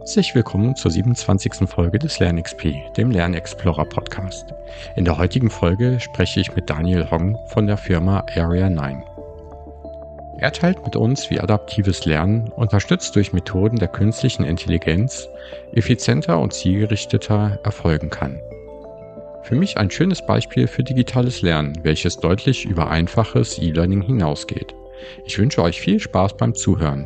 Herzlich willkommen zur 27. Folge des LernXP, dem Lernexplorer Podcast. In der heutigen Folge spreche ich mit Daniel Hong von der Firma Area 9. Er teilt mit uns, wie adaptives Lernen, unterstützt durch Methoden der künstlichen Intelligenz, effizienter und zielgerichteter erfolgen kann. Für mich ein schönes Beispiel für digitales Lernen, welches deutlich über einfaches E-Learning hinausgeht. Ich wünsche euch viel Spaß beim Zuhören.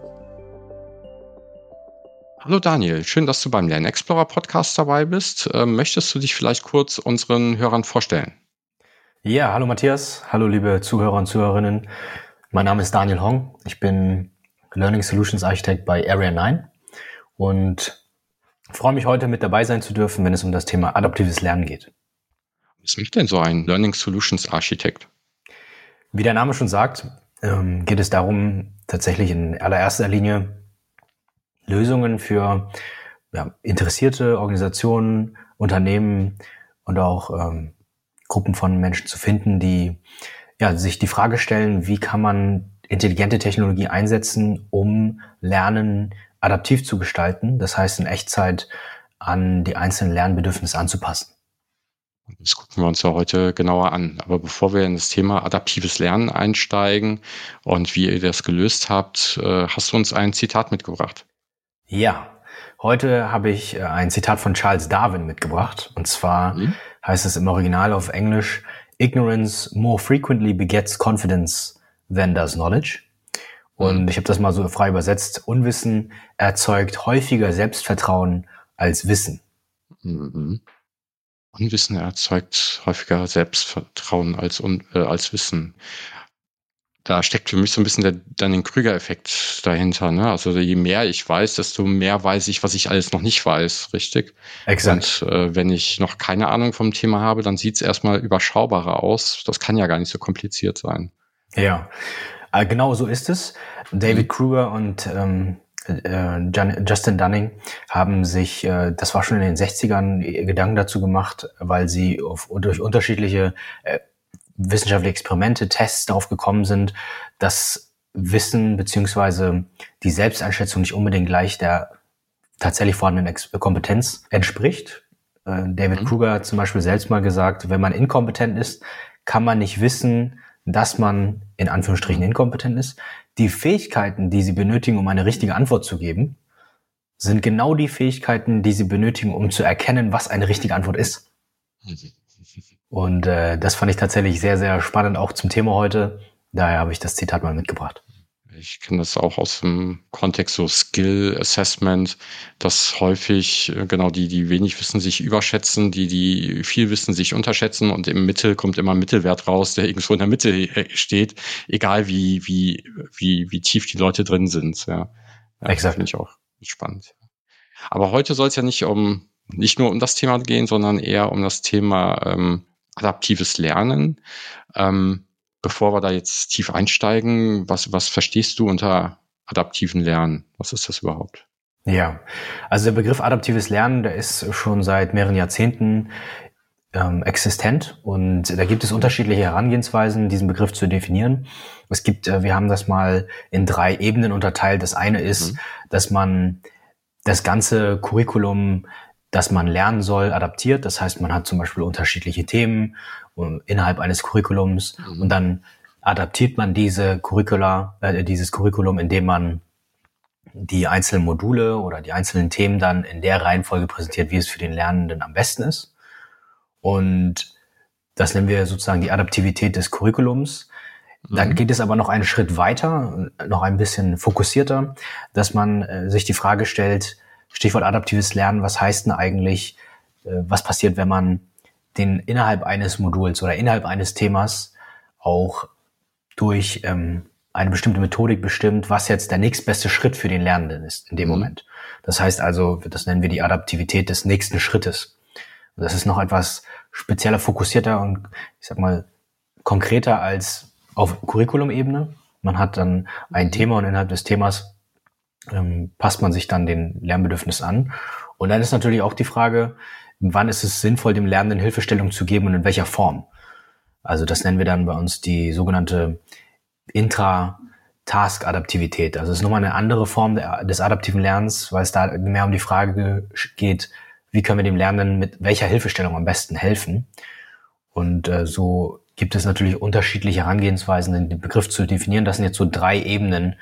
Hallo Daniel, schön, dass du beim Lernexplorer Podcast dabei bist. Möchtest du dich vielleicht kurz unseren Hörern vorstellen? Ja, hallo Matthias, hallo liebe Zuhörer und Zuhörerinnen. Mein Name ist Daniel Hong, ich bin Learning Solutions Architect bei Area 9 und freue mich heute mit dabei sein zu dürfen, wenn es um das Thema adaptives Lernen geht. Was macht denn so ein Learning Solutions Architect? Wie der Name schon sagt, geht es darum, tatsächlich in allererster Linie Lösungen für interessierte Organisationen, Unternehmen und auch Gruppen von Menschen zu finden, die sich die Frage stellen, wie kann man intelligente Technologie einsetzen, um Lernen adaptiv zu gestalten, das heißt in Echtzeit an die einzelnen Lernbedürfnisse anzupassen. Das gucken wir uns ja heute genauer an. Aber bevor wir in das Thema adaptives Lernen einsteigen und wie ihr das gelöst habt, hast du uns ein Zitat mitgebracht? Ja, heute habe ich ein Zitat von Charles Darwin mitgebracht. Und zwar heißt es im Original auf Englisch, Ignorance more frequently begets confidence than does knowledge. Und ich habe das mal so frei übersetzt. Unwissen erzeugt häufiger Selbstvertrauen als Wissen. Unwissen erzeugt häufiger Selbstvertrauen als Wissen. Da steckt für mich so ein bisschen der Dunning-Kruger-Effekt dahinter, ne? Also je mehr ich weiß, desto mehr weiß ich, was ich alles noch nicht weiß, richtig? Exakt. Und wenn ich noch keine Ahnung vom Thema habe, dann sieht es erstmal überschaubarer aus. Das kann ja gar nicht so kompliziert sein. Ja, genau so ist es. David Kruger und Justin Dunning haben sich, das war schon in den 60ern, Gedanken dazu gemacht, weil sie durch unterschiedliche wissenschaftliche Experimente, Tests darauf gekommen sind, dass Wissen beziehungsweise die Selbsteinschätzung nicht unbedingt gleich der tatsächlich vorhandenen Kompetenz entspricht. David Kruger hat zum Beispiel selbst mal gesagt, wenn man inkompetent ist, kann man nicht wissen, dass man in Anführungsstrichen inkompetent ist. Die Fähigkeiten, die sie benötigen, um eine richtige Antwort zu geben, sind genau die Fähigkeiten, die sie benötigen, um zu erkennen, was eine richtige Antwort ist. Und das fand ich tatsächlich sehr, sehr spannend, auch zum Thema heute. Daher habe ich das Zitat mal mitgebracht. Ich kenne das auch aus dem Kontext so Skill Assessment, dass häufig genau die wenig wissen sich überschätzen, die viel wissen sich unterschätzen und im Mittel kommt immer ein Mittelwert raus, der irgendwo in der Mitte steht, egal wie tief die Leute drin sind. Ja, Exakt. Finde ich auch spannend. Aber heute soll es ja nicht nur um das Thema gehen, sondern eher um das Thema adaptives Lernen. Bevor wir da jetzt tief einsteigen, was verstehst du unter adaptiven Lernen? Was ist das überhaupt? Ja, also der Begriff adaptives Lernen, der ist schon seit mehreren Jahrzehnten existent und da gibt es unterschiedliche Herangehensweisen, diesen Begriff zu definieren. Es gibt, wir haben das mal in 3 Ebenen unterteilt. Das eine ist, dass man das ganze Curriculum, das man lernen soll, adaptiert. Das heißt, man hat zum Beispiel unterschiedliche Themen innerhalb eines Curriculums und dann adaptiert man dieses Curriculum, indem man die einzelnen Module oder die einzelnen Themen dann in der Reihenfolge präsentiert, wie es für den Lernenden am besten ist. Und das nennen wir sozusagen die Adaptivität des Curriculums. Dann geht es aber noch einen Schritt weiter, noch ein bisschen fokussierter, dass man sich die Frage stellt, Stichwort adaptives Lernen, was heißt denn eigentlich, was passiert, wenn man den innerhalb eines Moduls oder innerhalb eines Themas auch durch eine bestimmte Methodik bestimmt, was jetzt der nächstbeste Schritt für den Lernenden ist in dem Moment. Das heißt also, das nennen wir die Adaptivität des nächsten Schrittes. Und das ist noch etwas spezieller, fokussierter und ich sag mal konkreter als auf Curriculum-Ebene. Man hat dann ein Thema und innerhalb des Themas passt man sich dann den Lernbedürfnissen an. Und dann ist natürlich auch die Frage, wann ist es sinnvoll, dem Lernenden Hilfestellung zu geben und in welcher Form? Also das nennen wir dann bei uns die sogenannte Task-Adaptivität. Also es ist nochmal eine andere Form des adaptiven Lernens, weil es da mehr um die Frage geht, wie können wir dem Lernenden mit welcher Hilfestellung am besten helfen. Und so gibt es natürlich unterschiedliche Herangehensweisen, den Begriff zu definieren. Das sind jetzt so 3 Ebenen.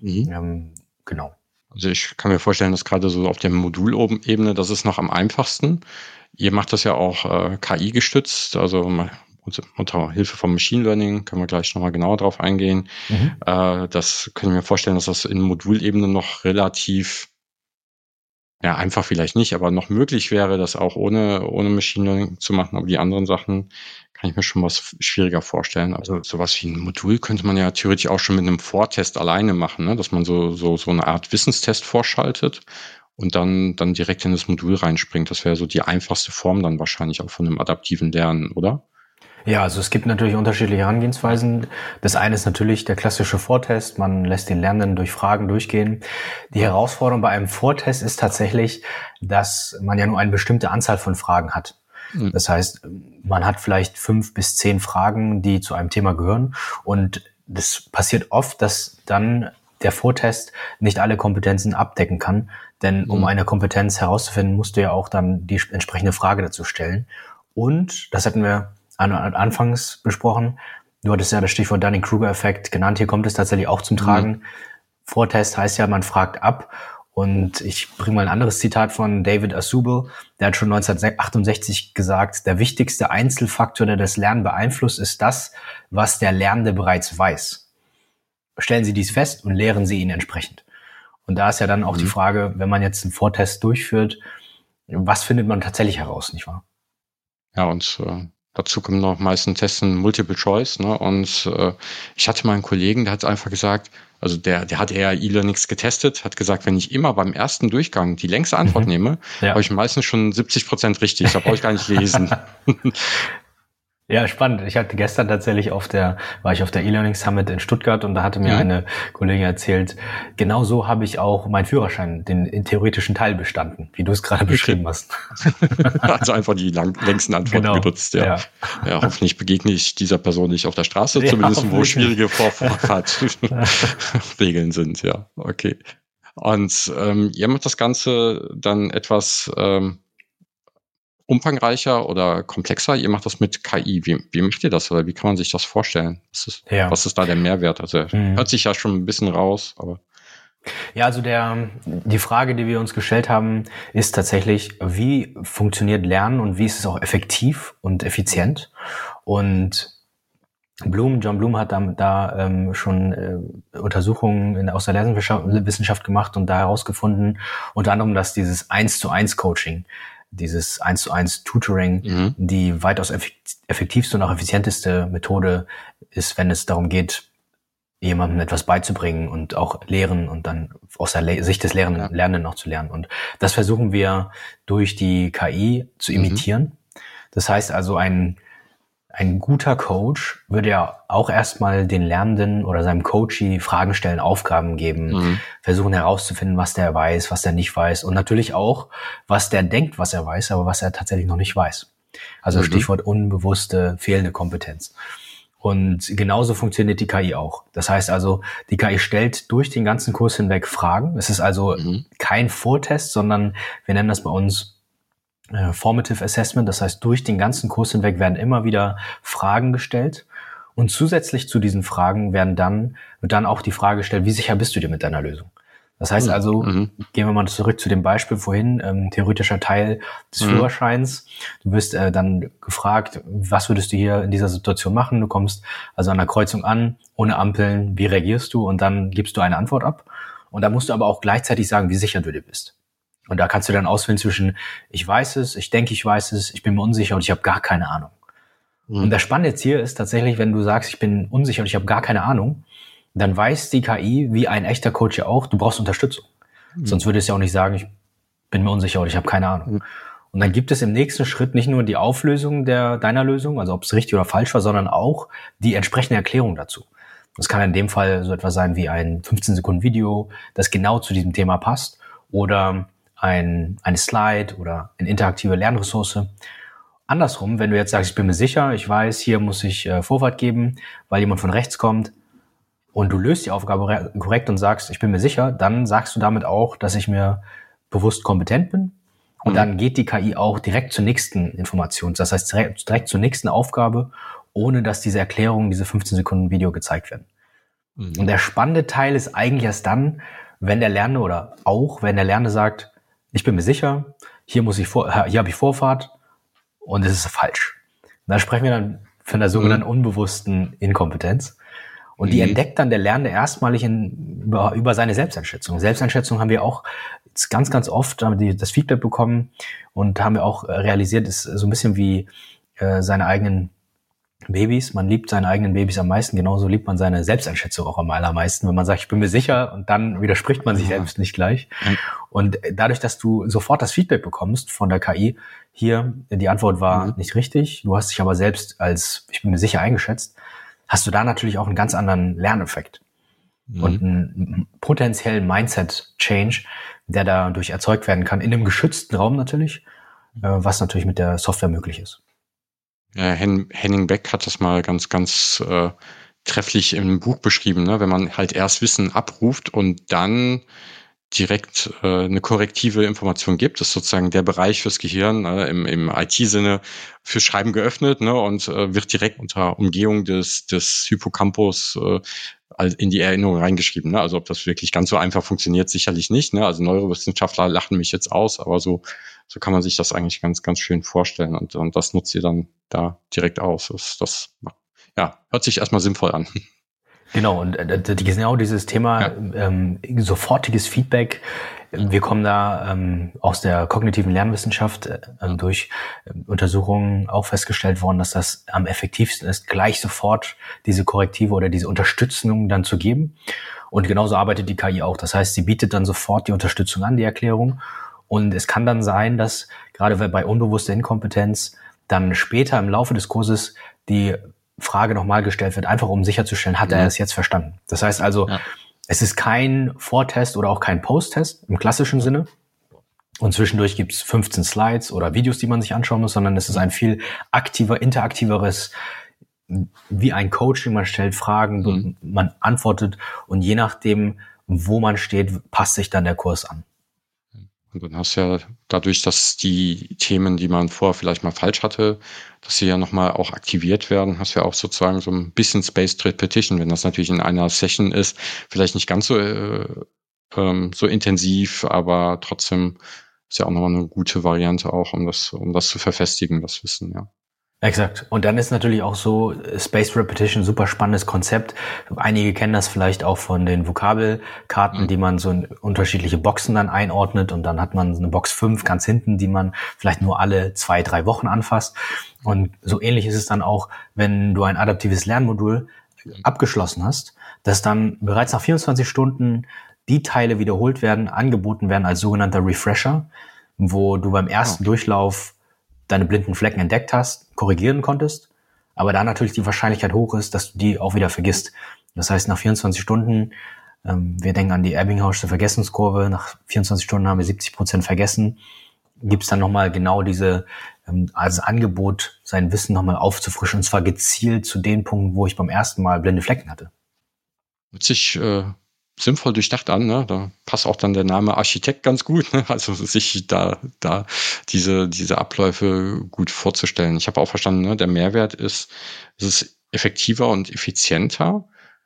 Genau. Also ich kann mir vorstellen, dass gerade so auf der Modulebene, das ist noch am einfachsten. Ihr macht das ja auch KI gestützt, also unter Hilfe vom Machine Learning, können wir gleich nochmal genauer drauf eingehen. Das können wir mir vorstellen, dass das in Modulebene noch relativ, ja, einfach vielleicht nicht, aber noch möglich wäre, das auch ohne Machine Learning zu machen. Aber die anderen Sachen kann ich mir schon was schwieriger vorstellen. Also sowas wie ein Modul könnte man ja theoretisch auch schon mit einem Vortest alleine machen, ne? Dass man so eine Art Wissenstest vorschaltet und dann direkt in das Modul reinspringt. Das wäre so die einfachste Form dann wahrscheinlich auch von einem adaptiven Lernen, oder? Ja, also es gibt natürlich unterschiedliche Herangehensweisen. Das eine ist natürlich der klassische Vortest. Man lässt den Lernenden durch Fragen durchgehen. Die Herausforderung bei einem Vortest ist tatsächlich, dass man ja nur eine bestimmte Anzahl von Fragen hat. Das heißt, man hat vielleicht 5 bis 10 Fragen, die zu einem Thema gehören. Und das passiert oft, dass dann der Vortest nicht alle Kompetenzen abdecken kann. Denn um eine Kompetenz herauszufinden, musst du ja auch dann die entsprechende Frage dazu stellen. Und, das hatten wir anfangs besprochen, du hattest ja das Stichwort Dunning-Kruger-Effekt genannt, hier kommt es tatsächlich auch zum Tragen. Vortest heißt ja, man fragt ab. Und ich bringe mal ein anderes Zitat von David Asubel, der hat schon 1968 gesagt, der wichtigste Einzelfaktor, der das Lernen beeinflusst, ist das, was der Lernende bereits weiß. Stellen Sie dies fest und lehren Sie ihn entsprechend. Und da ist ja dann auch die Frage, wenn man jetzt einen Vortest durchführt, was findet man tatsächlich heraus, nicht wahr? Ja, und dazu kommen noch meistens Testen Multiple Choice, ne? Und ich hatte mal einen Kollegen, der hat einfach gesagt, also der hat eher E-Learnings getestet, hat gesagt, wenn ich immer beim ersten Durchgang die längste Antwort nehme, habe ich meistens schon 70% richtig. Da brauche ich gar nicht lesen. Ja, spannend. Ich hatte gestern tatsächlich war ich auf der E-Learning Summit in Stuttgart und da hatte mir eine Kollegin erzählt, genau so habe ich auch meinen Führerschein, den theoretischen Teil bestanden, wie du es gerade beschrieben hast. Also einfach die längsten Antworten genutzt, ja. Hoffentlich begegne ich dieser Person nicht auf der Straße, zumindest wo schwierige Vorfahrtregeln sind, ja. Okay. Und ihr macht das Ganze dann etwas umfangreicher oder komplexer. Ihr macht das mit KI. Wie macht ihr das oder wie kann man sich das vorstellen? Was ist da der Mehrwert? Also hört sich ja schon ein bisschen raus, aber. Ja, also die Frage, die wir uns gestellt haben, ist tatsächlich, wie funktioniert Lernen und wie ist es auch effektiv und effizient? Und John Bloom hat da schon Untersuchungen aus der Lernwissenschaft gemacht und da herausgefunden, unter anderem, dass dieses 1:1 Coaching, dieses 1:1 Tutoring, die weitaus effektivste und auch effizienteste Methode ist, wenn es darum geht, jemandem etwas beizubringen und auch lehren und dann aus der Sicht des Lernenden auch zu lernen. Und das versuchen wir durch die KI zu imitieren. Das heißt also, ein guter Coach würde ja auch erstmal den Lernenden oder seinem Coachee Fragen stellen, Aufgaben geben, versuchen herauszufinden, was der weiß, was der nicht weiß und natürlich auch, was der denkt, was er weiß, aber was er tatsächlich noch nicht weiß. Also Stichwort unbewusste, fehlende Kompetenz. Und genauso funktioniert die KI auch. Das heißt also, die KI stellt durch den ganzen Kurs hinweg Fragen. Es ist also kein Vortest, sondern wir nennen das bei uns Formative Assessment. Das heißt, durch den ganzen Kurs hinweg werden immer wieder Fragen gestellt. Und zusätzlich zu diesen Fragen wird dann auch die Frage gestellt, wie sicher bist du dir mit deiner Lösung? Das heißt also, gehen wir mal zurück zu dem Beispiel vorhin, theoretischer Teil des Führerscheins. Du wirst dann gefragt, was würdest du hier in dieser Situation machen? Du kommst also an der Kreuzung an, ohne Ampeln, wie reagierst du? Und dann gibst du eine Antwort ab. Und da musst du aber auch gleichzeitig sagen, wie sicher du dir bist. Und da kannst du dann auswählen zwischen, ich weiß es, ich denke, ich weiß es, ich bin mir unsicher und ich habe gar keine Ahnung. Und das Spannende jetzt hier ist tatsächlich, wenn du sagst, ich bin unsicher und ich habe gar keine Ahnung, dann weiß die KI, wie ein echter Coach ja auch, du brauchst Unterstützung. Sonst würde es ja auch nicht sagen, ich bin mir unsicher oder ich habe keine Ahnung. Und dann gibt es im nächsten Schritt nicht nur die Auflösung deiner Lösung, also ob es richtig oder falsch war, sondern auch die entsprechende Erklärung dazu. Das kann in dem Fall so etwas sein wie ein 15-Sekunden-Video, das genau zu diesem Thema passt, oder eine Slide oder eine interaktive Lernressource. Andersrum, wenn du jetzt sagst, ich bin mir sicher, ich weiß, hier muss ich Vorfahrt geben, weil jemand von rechts kommt, und du löst die Aufgabe korrekt und sagst, ich bin mir sicher, dann sagst du damit auch, dass ich mir bewusst kompetent bin. Und dann geht die KI auch direkt zur nächsten Information. Das heißt, direkt zur nächsten Aufgabe, ohne dass diese Erklärungen, diese 15 Sekunden Video gezeigt werden. Und der spannende Teil ist eigentlich erst dann, wenn der Lernende oder auch wenn der Lernende sagt, ich bin mir sicher, hier habe ich Vorfahrt und es ist falsch. Und da sprechen wir dann von der sogenannten unbewussten Inkompetenz. Und die entdeckt dann der Lernende erstmalig über seine Selbsteinschätzung. Selbsteinschätzung haben wir auch jetzt ganz, ganz oft das Feedback bekommen und haben wir auch realisiert, ist so ein bisschen wie seine eigenen Babys. Man liebt seine eigenen Babys am meisten. Genauso liebt man seine Selbsteinschätzung auch am allermeisten. Wenn man sagt, ich bin mir sicher, und dann widerspricht man sich selbst nicht gleich. Und dadurch, dass du sofort das Feedback bekommst von der KI, hier, die Antwort war nicht richtig, du hast dich aber selbst als, ich bin mir sicher, eingeschätzt, hast du da natürlich auch einen ganz anderen Lerneffekt und einen potenziellen Mindset-Change, der dadurch erzeugt werden kann, in einem geschützten Raum natürlich, was natürlich mit der Software möglich ist. Ja, Henning Beck hat das mal ganz, ganz trefflich im Buch beschrieben, ne? Wenn man halt erst Wissen abruft und dann direkt eine korrektive Information gibt, ist sozusagen der Bereich fürs Gehirn im IT-Sinne für Schreiben geöffnet, ne, und wird direkt unter Umgehung des Hippocampus in die Erinnerung reingeschrieben. Ne? Also ob das wirklich ganz so einfach funktioniert, sicherlich nicht. Ne? Also Neurowissenschaftler lachen mich jetzt aus, aber so kann man sich das eigentlich ganz, ganz schön vorstellen. Und das nutzt ihr dann da direkt aus. Das hört sich erstmal sinnvoll an. Genau, und genau dieses Thema sofortiges Feedback. Wir kommen da aus der kognitiven Lernwissenschaft durch Untersuchungen auch festgestellt worden, dass das am effektivsten ist, gleich sofort diese Korrektive oder diese Unterstützung dann zu geben. Und genauso arbeitet die KI auch. Das heißt, sie bietet dann sofort die Unterstützung an, die Erklärung. Und es kann dann sein, dass gerade bei unbewusster Inkompetenz dann später im Laufe des Kurses die Frage nochmal gestellt wird, einfach um sicherzustellen, hat er es jetzt verstanden. Das heißt also, es ist kein Vortest oder auch kein Posttest im klassischen Sinne. Und zwischendurch gibt es 15 Slides oder Videos, die man sich anschauen muss, sondern es ist ein viel interaktiveres, wie ein Coach, den man stellt Fragen, man antwortet und je nachdem, wo man steht, passt sich dann der Kurs an. Und dann hast du ja dadurch, dass die Themen, die man vorher vielleicht mal falsch hatte, dass sie ja nochmal auch aktiviert werden, hast du ja auch sozusagen so ein bisschen Spaced Repetition, wenn das natürlich in einer Session ist, vielleicht nicht ganz so intensiv, aber trotzdem ist ja auch nochmal eine gute Variante auch, um das zu verfestigen, das Wissen, ja. Exakt. Und dann ist natürlich auch so Spaced Repetition, super spannendes Konzept. Einige kennen das vielleicht auch von den Vokabelkarten, die man so in unterschiedliche Boxen dann einordnet und dann hat man eine Box 5 ganz hinten, die man vielleicht nur alle 2-3 Wochen anfasst. Und so ähnlich ist es dann auch, wenn du ein adaptives Lernmodul abgeschlossen hast, dass dann bereits nach 24 Stunden die Teile wiederholt werden, angeboten werden als sogenannter Refresher, wo du beim ersten Durchlauf deine blinden Flecken entdeckt hast, korrigieren konntest, aber da natürlich die Wahrscheinlichkeit hoch ist, dass du die auch wieder vergisst. Das heißt, nach 24 Stunden, wir denken an die Ebbinghausche Vergessenskurve, nach 24 Stunden haben wir 70% vergessen, gibt es dann nochmal genau diese, als Angebot, sein Wissen nochmal aufzufrischen, und zwar gezielt zu den Punkten, wo ich beim ersten Mal blinde Flecken hatte. Hört sich sinnvoll durchdacht an, ne? Da passt auch dann der Name Architekt ganz gut, ne? Also sich da diese Abläufe gut vorzustellen. Ich habe auch verstanden, ne? Der Mehrwert ist, es ist effektiver und effizienter.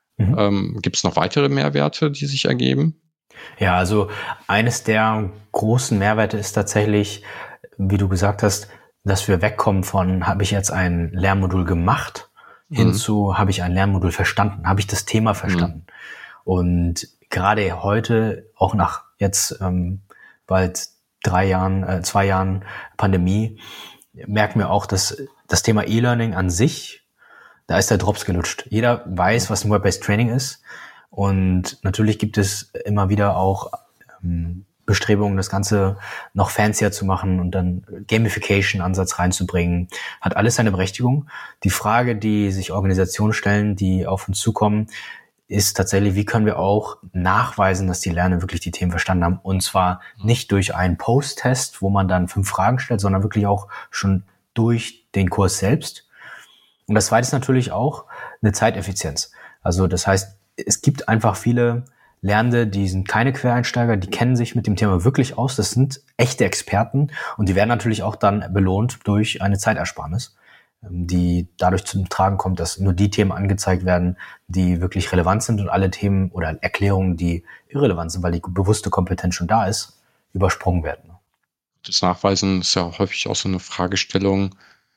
Gibt es noch weitere Mehrwerte, die sich ergeben? Ja, also eines der großen Mehrwerte ist tatsächlich, wie du gesagt hast, dass wir wegkommen von, habe ich jetzt ein Lernmodul gemacht, hinzu, habe ich ein Lernmodul verstanden, habe ich das Thema verstanden. Und gerade heute, auch nach jetzt bald 2 Jahren Pandemie, merken wir auch, dass das Thema E-Learning an sich, da ist der Drops gelutscht. Jeder weiß, was ein Web-Based Training ist. Und natürlich gibt es immer wieder auch Bestrebungen, das Ganze noch fancier zu machen und dann Gamification-Ansatz reinzubringen. Hat alles seine Berechtigung. Die Frage, die sich Organisationen stellen, die auf uns zukommen, ist tatsächlich, wie können wir auch nachweisen, dass die Lerner wirklich die Themen verstanden haben. Und zwar nicht durch einen Post-Test, wo man dann 5 Fragen stellt, sondern wirklich auch schon durch den Kurs selbst. Und das Zweite ist natürlich auch eine Zeiteffizienz. Also das heißt, es gibt einfach viele Lernende, die sind keine Quereinsteiger, die kennen sich mit dem Thema wirklich aus. Das sind echte Experten und die werden natürlich auch dann belohnt durch eine Zeitersparnis, die dadurch zum Tragen kommt, dass nur die Themen angezeigt werden, die wirklich relevant sind und alle Themen oder Erklärungen, die irrelevant sind, weil die bewusste Kompetenz schon da ist, übersprungen werden. Das Nachweisen ist ja häufig auch so eine Fragestellung.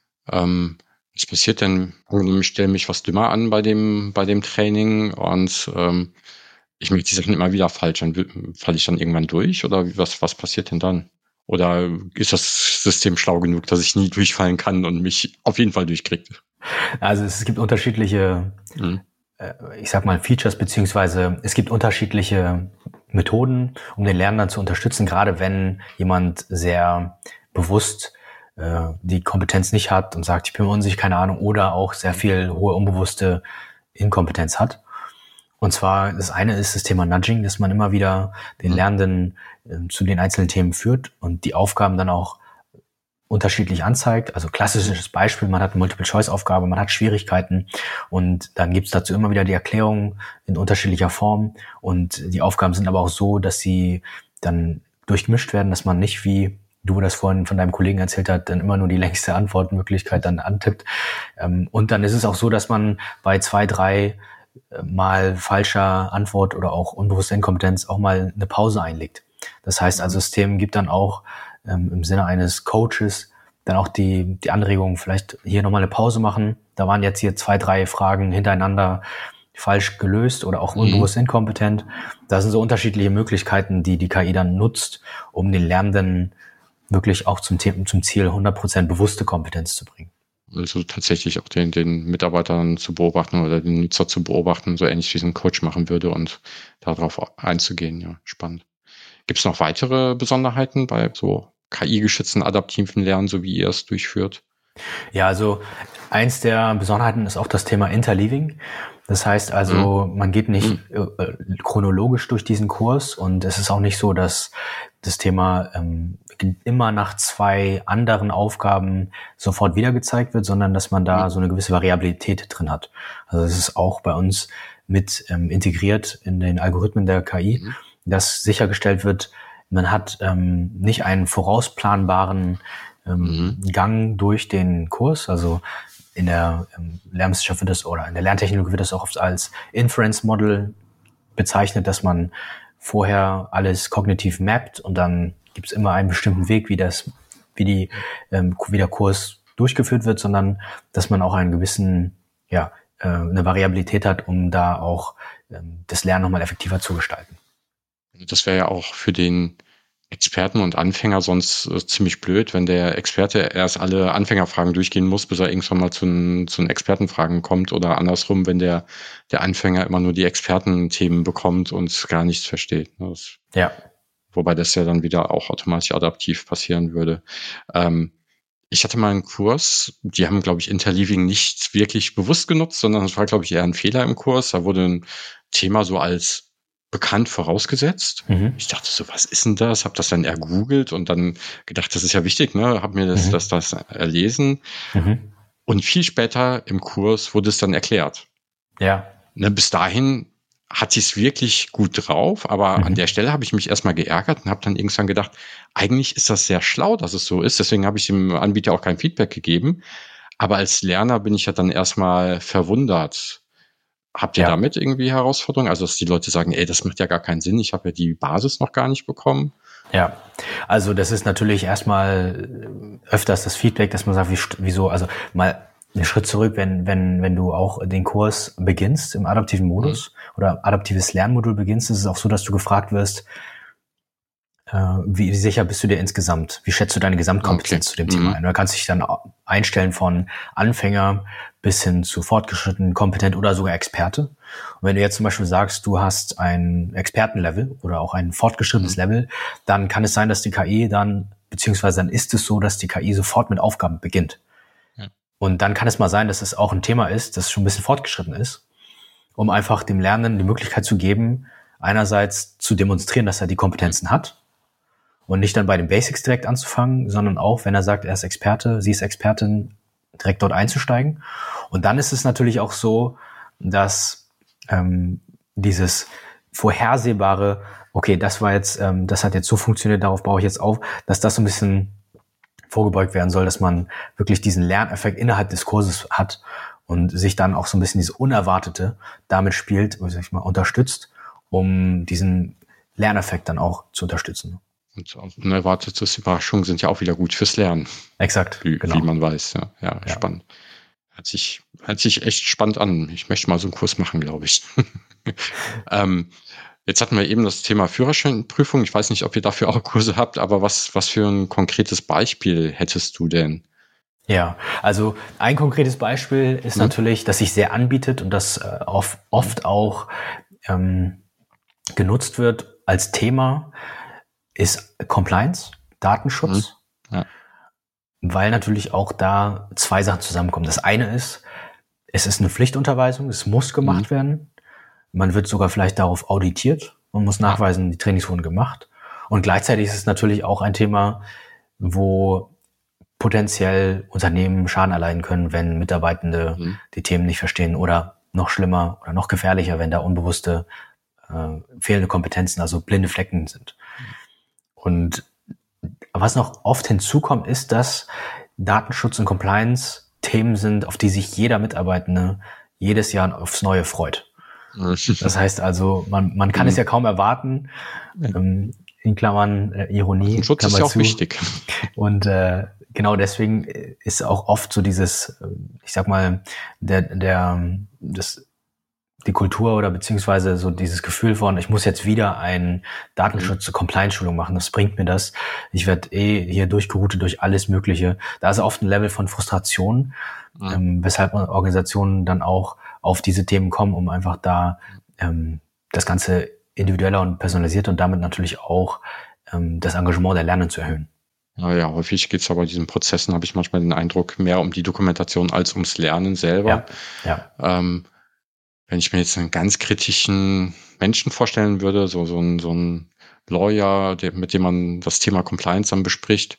Was passiert denn? Ich stelle mich was dümmer an bei dem Training und ich mache die Sachen immer wieder falsch. Dann falle ich dann irgendwann durch oder was passiert denn dann? Oder ist das System schlau genug, dass ich nie durchfallen kann und mich auf jeden Fall durchkriegt? Also es gibt unterschiedliche, ich sag mal, Features, beziehungsweise es gibt unterschiedliche Methoden, um den Lernenden zu unterstützen, gerade wenn jemand sehr bewusst die Kompetenz nicht hat und sagt, ich bin mir unsicher, keine Ahnung, oder auch sehr viel hohe unbewusste Inkompetenz hat. Und zwar, das eine ist das Thema Nudging, dass man immer wieder den Lernenden zu den einzelnen Themen führt und die Aufgaben dann auch unterschiedlich anzeigt. Also klassisches Beispiel, man hat eine Multiple-Choice-Aufgabe, man hat Schwierigkeiten und dann gibt's dazu immer wieder die Erklärung in unterschiedlicher Form und die Aufgaben sind aber auch so, dass sie dann durchgemischt werden, dass man nicht, wie du das vorhin von deinem Kollegen erzählt hast, dann immer nur die längste Antwortmöglichkeit dann antippt. Und dann ist es auch so, dass man bei 2, 3 mal falscher Antwort oder auch unbewusster Inkompetenz auch mal eine Pause einlegt. Das heißt, also das System gibt dann auch im Sinne eines Coaches dann auch die Anregung, vielleicht hier nochmal eine Pause machen. Da waren jetzt hier 2, 3 Fragen hintereinander falsch gelöst oder auch unbewusst inkompetent. Da sind so unterschiedliche Möglichkeiten, die die KI dann nutzt, um den Lernenden wirklich auch zum Ziel 100% bewusste Kompetenz zu bringen. Also tatsächlich auch den Mitarbeitern zu beobachten oder den Nutzer zu beobachten, so ähnlich wie es ein Coach machen würde und darauf einzugehen. Ja, spannend. Gibt es noch weitere Besonderheiten bei so KI-geschützten adaptiven Lernen, so wie ihr es durchführt? Ja, also eins der Besonderheiten ist auch das Thema Interleaving. Das heißt also, man geht nicht chronologisch durch diesen Kurs und es ist auch nicht so, dass das Thema immer nach 2 anderen Aufgaben sofort wieder gezeigt wird, sondern dass man da so eine gewisse Variabilität drin hat. Also es ist auch bei uns mit integriert in den Algorithmen der KI, dass sichergestellt wird, man hat nicht einen vorausplanbaren Gang durch den Kurs. Also in der Lernwissenschaft wird das oder in der Lerntechnologie wird das auch oft als Inference Model bezeichnet, dass man vorher alles kognitiv mappt und dann gibt es immer einen bestimmten Weg, wie der Kurs durchgeführt wird, sondern dass man auch einen gewissen, eine Variabilität hat, um da auch das Lernen nochmal effektiver zu gestalten. Das wäre ja auch für den Experten und Anfänger sonst ziemlich blöd, wenn der Experte erst alle Anfängerfragen durchgehen muss, bis er irgendwann mal zu den Expertenfragen kommt oder andersrum, wenn der Anfänger immer nur die Expertenthemen bekommt und gar nichts versteht. Wobei das ja dann wieder auch automatisch adaptiv passieren würde. Ich hatte mal einen Kurs, die haben, glaube ich, Interleaving nicht wirklich bewusst genutzt, sondern es war, glaube ich, eher ein Fehler im Kurs. Da wurde ein Thema so als bekannt vorausgesetzt. Ich dachte so, was ist denn das? Hab das dann ergoogelt und dann gedacht, das ist ja wichtig, ne? Hab mir das erlesen. Und viel später im Kurs wurde es dann erklärt. Ja. Ne, bis dahin hat sie es wirklich gut drauf, aber an der Stelle habe ich mich erstmal geärgert und habe dann irgendwann gedacht, eigentlich ist das sehr schlau, dass es so ist. Deswegen habe ich dem Anbieter auch kein Feedback gegeben. Aber als Lerner bin ich ja dann erstmal verwundert. Habt ihr damit irgendwie Herausforderungen? Also, dass die Leute sagen, ey, das macht ja gar keinen Sinn, ich habe ja die Basis noch gar nicht bekommen. Ja, also das ist natürlich erstmal öfters das Feedback, dass man sagt, wieso, also mal einen Schritt zurück, wenn du auch den Kurs beginnst im adaptiven Modus oder adaptives Lernmodul beginnst, ist es auch so, dass du gefragt wirst, wie sicher bist du dir insgesamt? Wie schätzt du deine Gesamtkompetenz zu dem Thema ein? Du kannst dich dann einstellen von Anfänger bis hin zu fortgeschritten, kompetent oder sogar Experte. Und wenn du jetzt zum Beispiel sagst, du hast ein Expertenlevel oder auch ein fortgeschrittenes Level, dann kann es sein, dass die KI beziehungsweise dann ist es so, dass die KI sofort mit Aufgaben beginnt. Ja. Und dann kann es mal sein, dass es auch ein Thema ist, das schon ein bisschen fortgeschritten ist, um einfach dem Lernenden die Möglichkeit zu geben, einerseits zu demonstrieren, dass er die Kompetenzen hat, und nicht dann bei den Basics direkt anzufangen, sondern auch, wenn er sagt, er ist Experte, sie ist Expertin, direkt dort einzusteigen. Und dann ist es natürlich auch so, dass dieses vorhersehbare, okay, das war jetzt, das hat jetzt so funktioniert, darauf baue ich jetzt auf, dass das so ein bisschen vorgebeugt werden soll, dass man wirklich diesen Lerneffekt innerhalb des Kurses hat und sich dann auch so ein bisschen dieses Unerwartete damit spielt, sag ich mal, unterstützt, um diesen Lerneffekt dann auch zu unterstützen. Und auch unerwartete Überraschungen sind ja auch wieder gut fürs Lernen. Exakt, genau. Wie man weiß. Ja, spannend. Hört sich echt spannend an. Ich möchte mal so einen Kurs machen, glaube ich. Jetzt hatten wir eben das Thema Führerscheinprüfung. Ich weiß nicht, ob ihr dafür auch Kurse habt, aber was für ein konkretes Beispiel hättest du denn? Ja, also ein konkretes Beispiel ist natürlich, dass sich sehr anbietet und das oft auch genutzt wird als Thema, ist Compliance, Datenschutz, weil natürlich auch da zwei Sachen zusammenkommen. Das eine ist, es ist eine Pflichtunterweisung, es muss gemacht werden. Man wird sogar vielleicht darauf auditiert und muss nachweisen, die Trainings wurden gemacht. Und gleichzeitig ist es natürlich auch ein Thema, wo potenziell Unternehmen Schaden erleiden können, wenn Mitarbeitende die Themen nicht verstehen oder noch schlimmer oder noch gefährlicher, wenn da unbewusste fehlende Kompetenzen, also blinde Flecken sind. Und was noch oft hinzukommt, ist, dass Datenschutz und Compliance Themen sind, auf die sich jeder Mitarbeitende jedes Jahr aufs Neue freut. Das heißt also, man kann es ja kaum erwarten, in Klammern Ironie. Schutz ist ja auch wichtig. Und genau deswegen ist auch oft so dieses, ich sag mal, die Kultur oder beziehungsweise so dieses Gefühl von, ich muss jetzt wieder ein Datenschutz-Compliance-Schulung machen, das bringt mir das. Ich werde hier durchgeroutet durch alles Mögliche. Da ist oft ein Level von Frustration, weshalb Organisationen dann auch auf diese Themen kommen, um einfach da das Ganze individueller und personalisierter und damit natürlich auch das Engagement der Lernenden zu erhöhen. Ja, häufig geht es aber bei diesen Prozessen, habe ich manchmal den Eindruck, mehr um die Dokumentation als ums Lernen selber. Ja. Wenn ich mir jetzt einen ganz kritischen Menschen vorstellen würde, so ein Lawyer, mit dem man das Thema Compliance dann bespricht,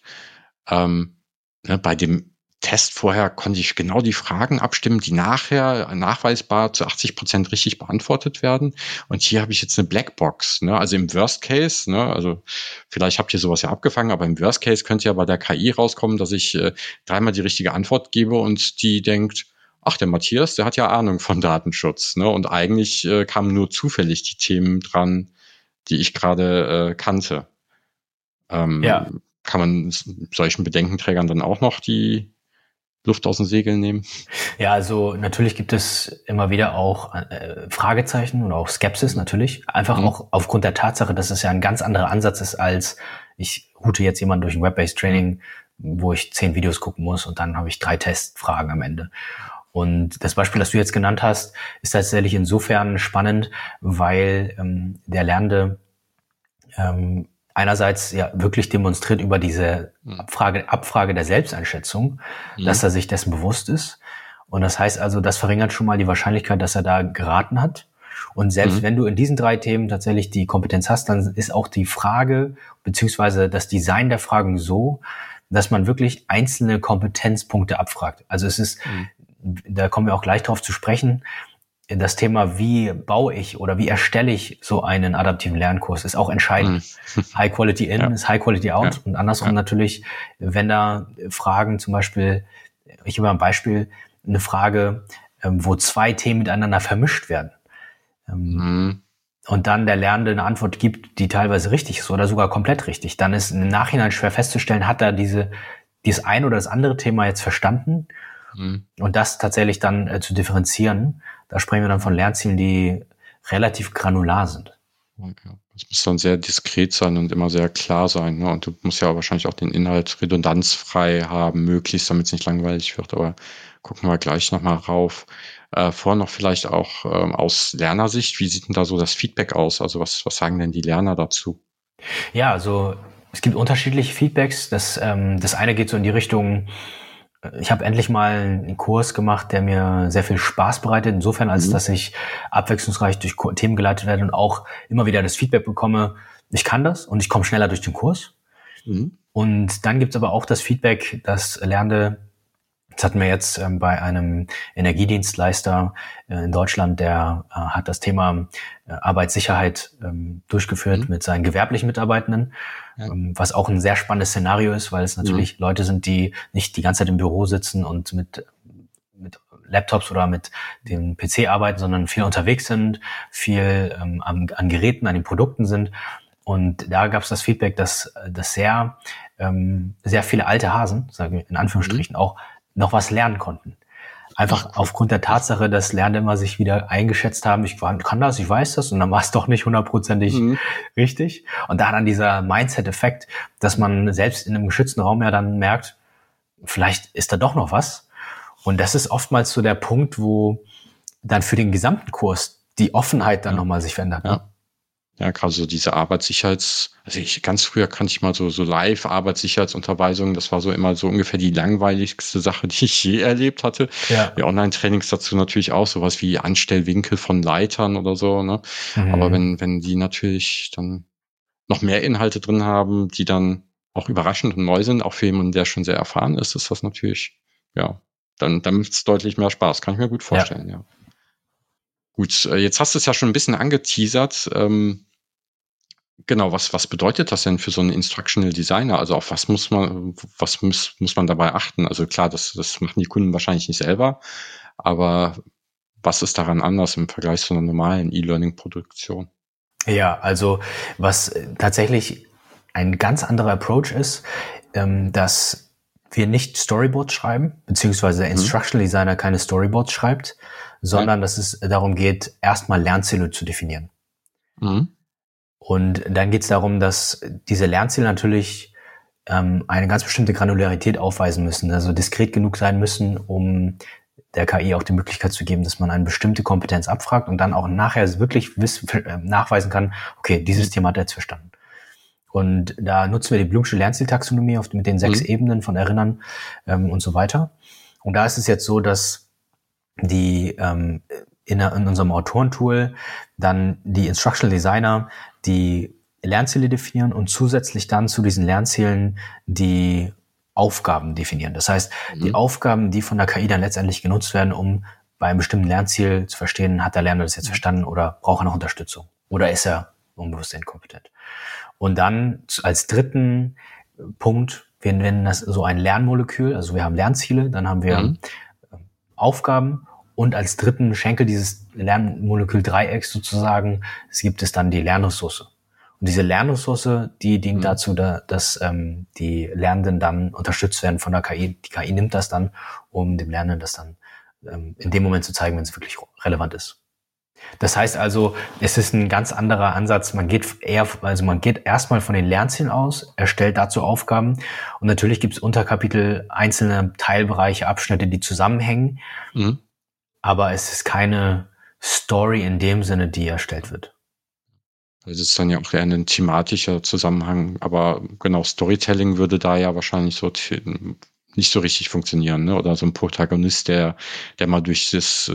bei dem Test vorher konnte ich genau die Fragen abstimmen, die nachher nachweisbar zu 80% richtig beantwortet werden. Und hier habe ich jetzt eine Blackbox, ne? Also im Worst Case, ne? Also vielleicht habt ihr sowas ja abgefangen, aber im Worst Case könnte ja bei der KI rauskommen, dass ich dreimal die richtige Antwort gebe und die denkt, ach, der Matthias, der hat ja Ahnung von Datenschutz, ne? Und eigentlich kamen nur zufällig die Themen dran, die ich gerade kannte. Kann man solchen Bedenkenträgern dann auch noch die Luft aus den Segeln nehmen? Ja, also natürlich gibt es immer wieder auch Fragezeichen und auch Skepsis natürlich. Einfach auch aufgrund der Tatsache, dass es ja ein ganz anderer Ansatz ist, als ich route jetzt jemanden durch ein Web-based Training, wo ich 10 Videos gucken muss und dann habe ich 3 Testfragen am Ende. Und das Beispiel, das du jetzt genannt hast, ist tatsächlich insofern spannend, weil der Lernende einerseits ja wirklich demonstriert über diese Abfrage der Selbsteinschätzung, dass er sich dessen bewusst ist. Und das heißt also, das verringert schon mal die Wahrscheinlichkeit, dass er da geraten hat. Und selbst wenn du in diesen 3 Themen tatsächlich die Kompetenz hast, dann ist auch die Frage beziehungsweise das Design der Fragen so, dass man wirklich einzelne Kompetenzpunkte abfragt. Also es ist, da kommen wir auch gleich drauf zu sprechen, das Thema, wie baue ich oder wie erstelle ich so einen adaptiven Lernkurs, ist auch entscheidend. High Quality in ist High Quality out und andersrum natürlich, wenn da Fragen zum Beispiel, ich gebe mal ein Beispiel, eine Frage, wo 2 Themen miteinander vermischt werden und dann der Lernende eine Antwort gibt, die teilweise richtig ist oder sogar komplett richtig, dann ist im Nachhinein schwer festzustellen, hat er dieses ein oder das andere Thema jetzt verstanden und das tatsächlich dann zu differenzieren. Da sprechen wir dann von Lernzielen, die relativ granular sind. Es muss dann sehr diskret sein und immer sehr klar sein, ne? Und du musst ja wahrscheinlich auch den Inhalt redundanzfrei haben, möglichst, damit es nicht langweilig wird. Aber gucken wir gleich nochmal rauf. Vorher noch vielleicht auch aus Lernersicht, wie sieht denn da so das Feedback aus? Also was sagen denn die Lerner dazu? Ja, also es gibt unterschiedliche Feedbacks. Das eine geht so in die Richtung, ich habe endlich mal einen Kurs gemacht, der mir sehr viel Spaß bereitet, insofern, als dass ich abwechslungsreich durch Themen geleitet werde und auch immer wieder das Feedback bekomme, ich kann das und ich komme schneller durch den Kurs. Und dann gibt's aber auch das Feedback, dass Lernende Das hatten wir jetzt bei einem Energiedienstleister in Deutschland, der hat das Thema Arbeitssicherheit durchgeführt mit seinen gewerblichen Mitarbeitenden, was auch ein sehr spannendes Szenario ist, weil es natürlich Leute sind, die nicht die ganze Zeit im Büro sitzen und mit Laptops oder mit dem PC arbeiten, sondern viel unterwegs sind, viel an Geräten, an den Produkten sind. Und da gab es das Feedback, dass sehr viele alte Hasen, sagen wir in Anführungsstrichen, auch noch was lernen konnten. Einfach aufgrund der Tatsache, dass Lerner sich wieder eingeschätzt haben, ich kann das, ich weiß das, und dann war es doch nicht hundertprozentig richtig. Und da dann dieser Mindset-Effekt, dass man selbst in einem geschützten Raum ja dann merkt, vielleicht ist da doch noch was. Und das ist oftmals so der Punkt, wo dann für den gesamten Kurs die Offenheit dann nochmal sich verändert. Ne? Ja, gerade so diese ganz früher kannte ich mal so Live-Arbeitssicherheitsunterweisungen. Das war so immer so ungefähr die langweiligste Sache, die ich je erlebt hatte. Ja. Die Online-Trainings dazu natürlich auch sowas wie Anstellwinkel von Leitern oder so, ne? Aber wenn die natürlich dann noch mehr Inhalte drin haben, die dann auch überraschend und neu sind, auch für jemanden, der schon sehr erfahren ist, ist das natürlich, dann macht es deutlich mehr Spaß. Kann ich mir gut vorstellen, ja. Gut, jetzt hast du es ja schon ein bisschen angeteasert. Genau, was bedeutet das denn für so einen Instructional Designer? Also auf was muss man dabei achten? Also klar, das machen die Kunden wahrscheinlich nicht selber, aber was ist daran anders im Vergleich zu einer normalen E-Learning-Produktion? Ja, also was tatsächlich ein ganz anderer Approach ist, dass wir nicht Storyboards schreiben, beziehungsweise der Instructional Designer keine Storyboards schreibt, sondern dass es darum geht, erstmal Lernziele zu definieren. Und dann geht es darum, dass diese Lernziele natürlich eine ganz bestimmte Granularität aufweisen müssen, also diskret genug sein müssen, um der KI auch die Möglichkeit zu geben, dass man eine bestimmte Kompetenz abfragt und dann auch nachher wirklich nachweisen kann, okay, dieses Thema hat er jetzt verstanden. Und da nutzen wir die Bloomsche Lernzieltaxonomie mit den 6 Ebenen von Erinnern und so weiter. Und da ist es jetzt so, dass die in unserem Autorentool dann die Instructional Designer die Lernziele definieren und zusätzlich dann zu diesen Lernzielen die Aufgaben definieren. Das heißt, die Aufgaben, die von der KI dann letztendlich genutzt werden, um bei einem bestimmten Lernziel zu verstehen, hat der Lerner das jetzt verstanden oder braucht er noch Unterstützung? Oder ist er unbewusst inkompetent? Und dann als dritten Punkt, wir nennen das so ein Lernmolekül, also wir haben Lernziele, dann haben wir Aufgaben und als dritten Schenkel dieses Lernmolekül-Dreiecks sozusagen, gibt es dann die Lernressource. Und diese Lernressource, die dient dazu, dass die Lernenden dann unterstützt werden von der KI. Die KI nimmt das dann, um dem Lernenden das dann in dem Moment zu zeigen, wenn es wirklich relevant ist. Das heißt also, es ist ein ganz anderer Ansatz. Man geht erstmal von den Lernzielen aus, erstellt dazu Aufgaben und natürlich gibt es Unterkapitel, einzelne Teilbereiche, Abschnitte, die zusammenhängen. Aber es ist keine Story in dem Sinne, die erstellt wird. Das ist dann ja auch eher ein thematischer Zusammenhang, aber genau, Storytelling würde da ja wahrscheinlich so nicht so richtig funktionieren, ne? Oder so ein Protagonist, der mal durch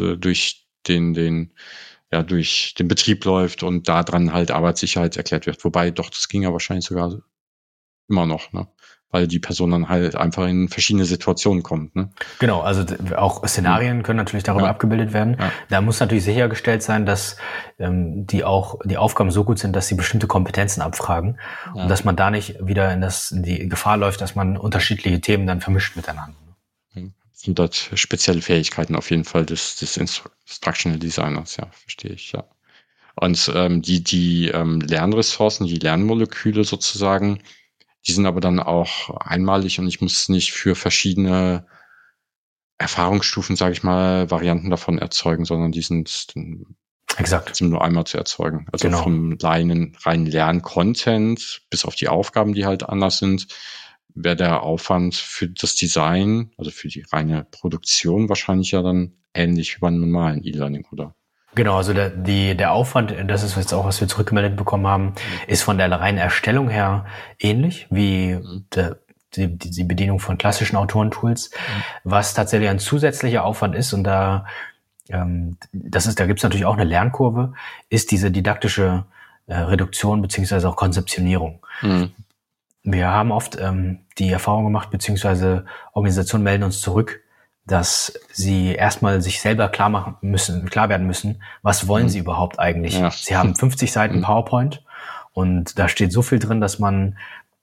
den Betrieb läuft und da dran halt Arbeitssicherheit erklärt wird. Wobei doch, das ging ja wahrscheinlich sogar immer noch, ne? Weil die Person dann halt einfach in verschiedene Situationen kommt, ne? Genau, also auch Szenarien können natürlich darüber abgebildet werden. Ja. Da muss natürlich sichergestellt sein, dass die Aufgaben so gut sind, dass sie bestimmte Kompetenzen abfragen und dass man da nicht wieder in die Gefahr läuft, dass man unterschiedliche Themen dann vermischt miteinander. Und dort spezielle Fähigkeiten auf jeden Fall des Instructional Designers, ja, verstehe ich, ja. Und die Lernressourcen, die Lernmoleküle sozusagen, die sind aber dann auch einmalig und ich muss nicht für verschiedene Erfahrungsstufen, sage ich mal, Varianten davon erzeugen, sondern die sind nur einmal zu erzeugen. Also vom reinen Lern-Content bis auf die Aufgaben, die halt anders sind, wäre der Aufwand für das Design, also für die reine Produktion wahrscheinlich ja dann ähnlich wie beim normalen E-Learning, oder? Genau, also der Aufwand, das ist jetzt auch, was wir zurückgemeldet bekommen haben, ist von der reinen Erstellung her ähnlich wie die Bedienung von klassischen Autorentools. Was tatsächlich ein zusätzlicher Aufwand ist, und da gibt's natürlich auch eine Lernkurve, ist diese didaktische Reduktion beziehungsweise auch Konzeptionierung. Wir haben oft die Erfahrung gemacht, beziehungsweise Organisationen melden uns zurück, dass sie erstmal sich selber klar werden müssen, was wollen sie überhaupt eigentlich. Ja. Sie haben 50 Seiten PowerPoint und da steht so viel drin, dass man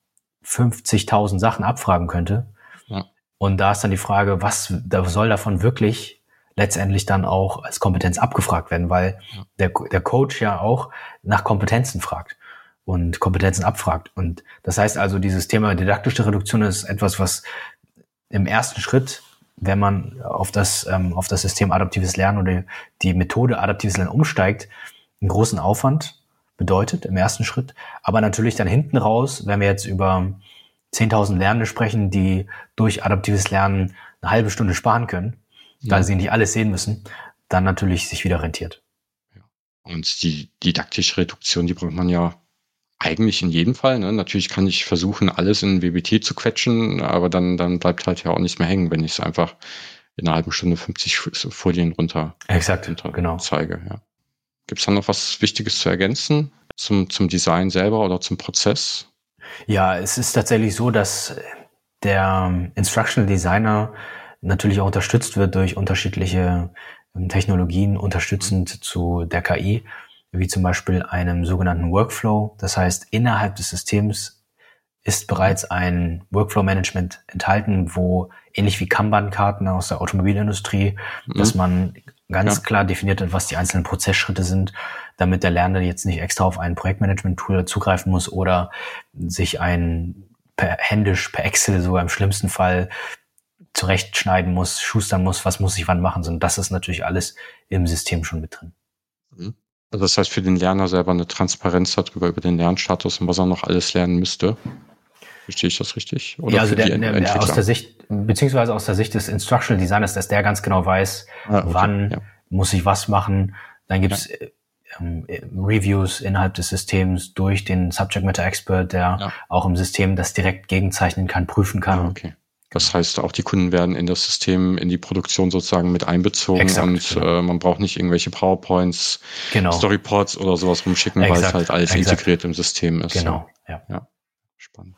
50.000 Sachen abfragen könnte. Ja. Und da ist dann die Frage, was soll davon wirklich letztendlich dann auch als Kompetenz abgefragt werden, weil der Coach ja auch nach Kompetenzen fragt und Kompetenzen abfragt. Und das heißt also, dieses Thema didaktische Reduktion ist etwas, was im ersten Schritt, wenn man auf das System adaptives Lernen oder die Methode adaptives Lernen umsteigt, einen großen Aufwand bedeutet im ersten Schritt. Aber natürlich dann hinten raus, wenn wir jetzt über 10.000 Lernende sprechen, die durch adaptives Lernen eine halbe Stunde sparen können, weil sie nicht alles sehen müssen, dann natürlich sich wieder rentiert. Ja. Und die didaktische Reduktion, die braucht man ja eigentlich in jedem Fall. Ne? Natürlich kann ich versuchen, alles in WBT zu quetschen, aber dann bleibt halt ja auch nichts mehr hängen, wenn ich es einfach in einer halben Stunde 50 Folien runter genau. zeige. Ja. Gibt es da noch was Wichtiges zu ergänzen zum Design selber oder zum Prozess? Ja, es ist tatsächlich so, dass der Instructional Designer natürlich auch unterstützt wird durch unterschiedliche Technologien, unterstützend zu der KI, wie zum Beispiel einem sogenannten Workflow. Das heißt, innerhalb des Systems ist bereits ein Workflow-Management enthalten, wo ähnlich wie Kanban-Karten aus der Automobilindustrie, dass man ganz klar definiert hat, was die einzelnen Prozessschritte sind, damit der Lernende jetzt nicht extra auf ein Projektmanagement-Tool zugreifen muss oder sich händisch per Excel sogar im schlimmsten Fall zurechtschneiden muss, schustern muss, was muss ich wann machen. Und das ist natürlich alles im System schon mit drin. Also das heißt für den Lerner selber eine Transparenz darüber, über den Lernstatus und was er noch alles lernen müsste. Verstehe ich das richtig? Oder ja, also der aus der Sicht, beziehungsweise aus der Sicht des Instructional Designers, dass der ganz genau weiß, wann muss ich was machen. Dann gibt's Reviews innerhalb des Systems durch den Subject Matter Expert, der auch im System das direkt gegenzeichnen kann, prüfen kann. Okay. Das heißt, auch die Kunden werden in das System, in die Produktion sozusagen mit einbezogen. Exakt, und man braucht nicht irgendwelche PowerPoints, Storyports oder sowas rumschicken, weil es halt alles integriert im System ist. Genau, ja. Spannend.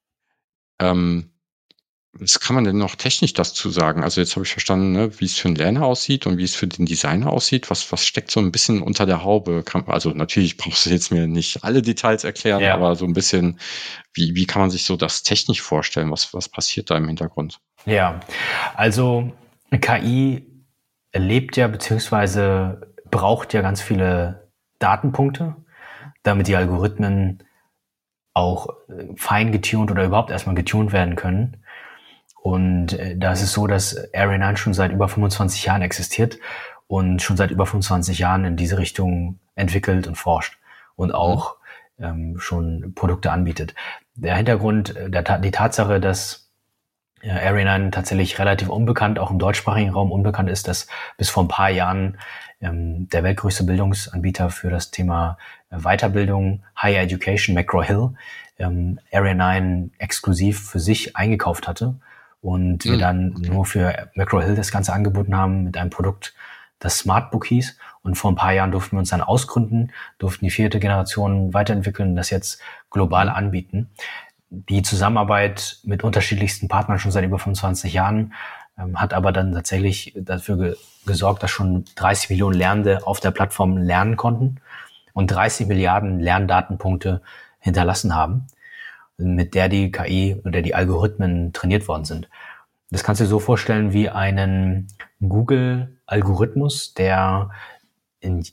Was kann man denn noch technisch dazu sagen? Also jetzt habe ich verstanden, ne, wie es für den Lerner aussieht und wie es für den Designer aussieht. Was steckt so ein bisschen unter der Haube? Also natürlich brauchst du jetzt mir nicht alle Details erklären, aber so ein bisschen, wie kann man sich so das technisch vorstellen? Was passiert da im Hintergrund? Ja, also KI erlebt ja beziehungsweise braucht ja ganz viele Datenpunkte, damit die Algorithmen auch fein getuned oder überhaupt erstmal getuned werden können. Und da ist es so, dass Area 9 schon seit über 25 Jahren existiert und schon seit über 25 Jahren in diese Richtung entwickelt und forscht und auch schon Produkte anbietet. Der Hintergrund, die Tatsache, dass Area 9 tatsächlich relativ unbekannt, auch im deutschsprachigen Raum unbekannt ist, dass bis vor ein paar Jahren der weltgrößte Bildungsanbieter für das Thema Weiterbildung, Higher Education, McGraw-Hill, Area 9 exklusiv für sich eingekauft hatte. Und wir dann nur für McGraw-Hill das Ganze angeboten haben mit einem Produkt, das Smartbook hieß. Und vor ein paar Jahren durften wir uns dann ausgründen, durften die 4. Generation weiterentwickeln und das jetzt global anbieten. Die Zusammenarbeit mit unterschiedlichsten Partnern schon seit über 25 Jahren hat aber dann tatsächlich dafür gesorgt, dass schon 30 Millionen Lernende auf der Plattform lernen konnten und 30 Milliarden Lerndatenpunkte hinterlassen haben, mit der die KI oder die Algorithmen trainiert worden sind. Das kannst du dir so vorstellen wie einen Google-Algorithmus, der zu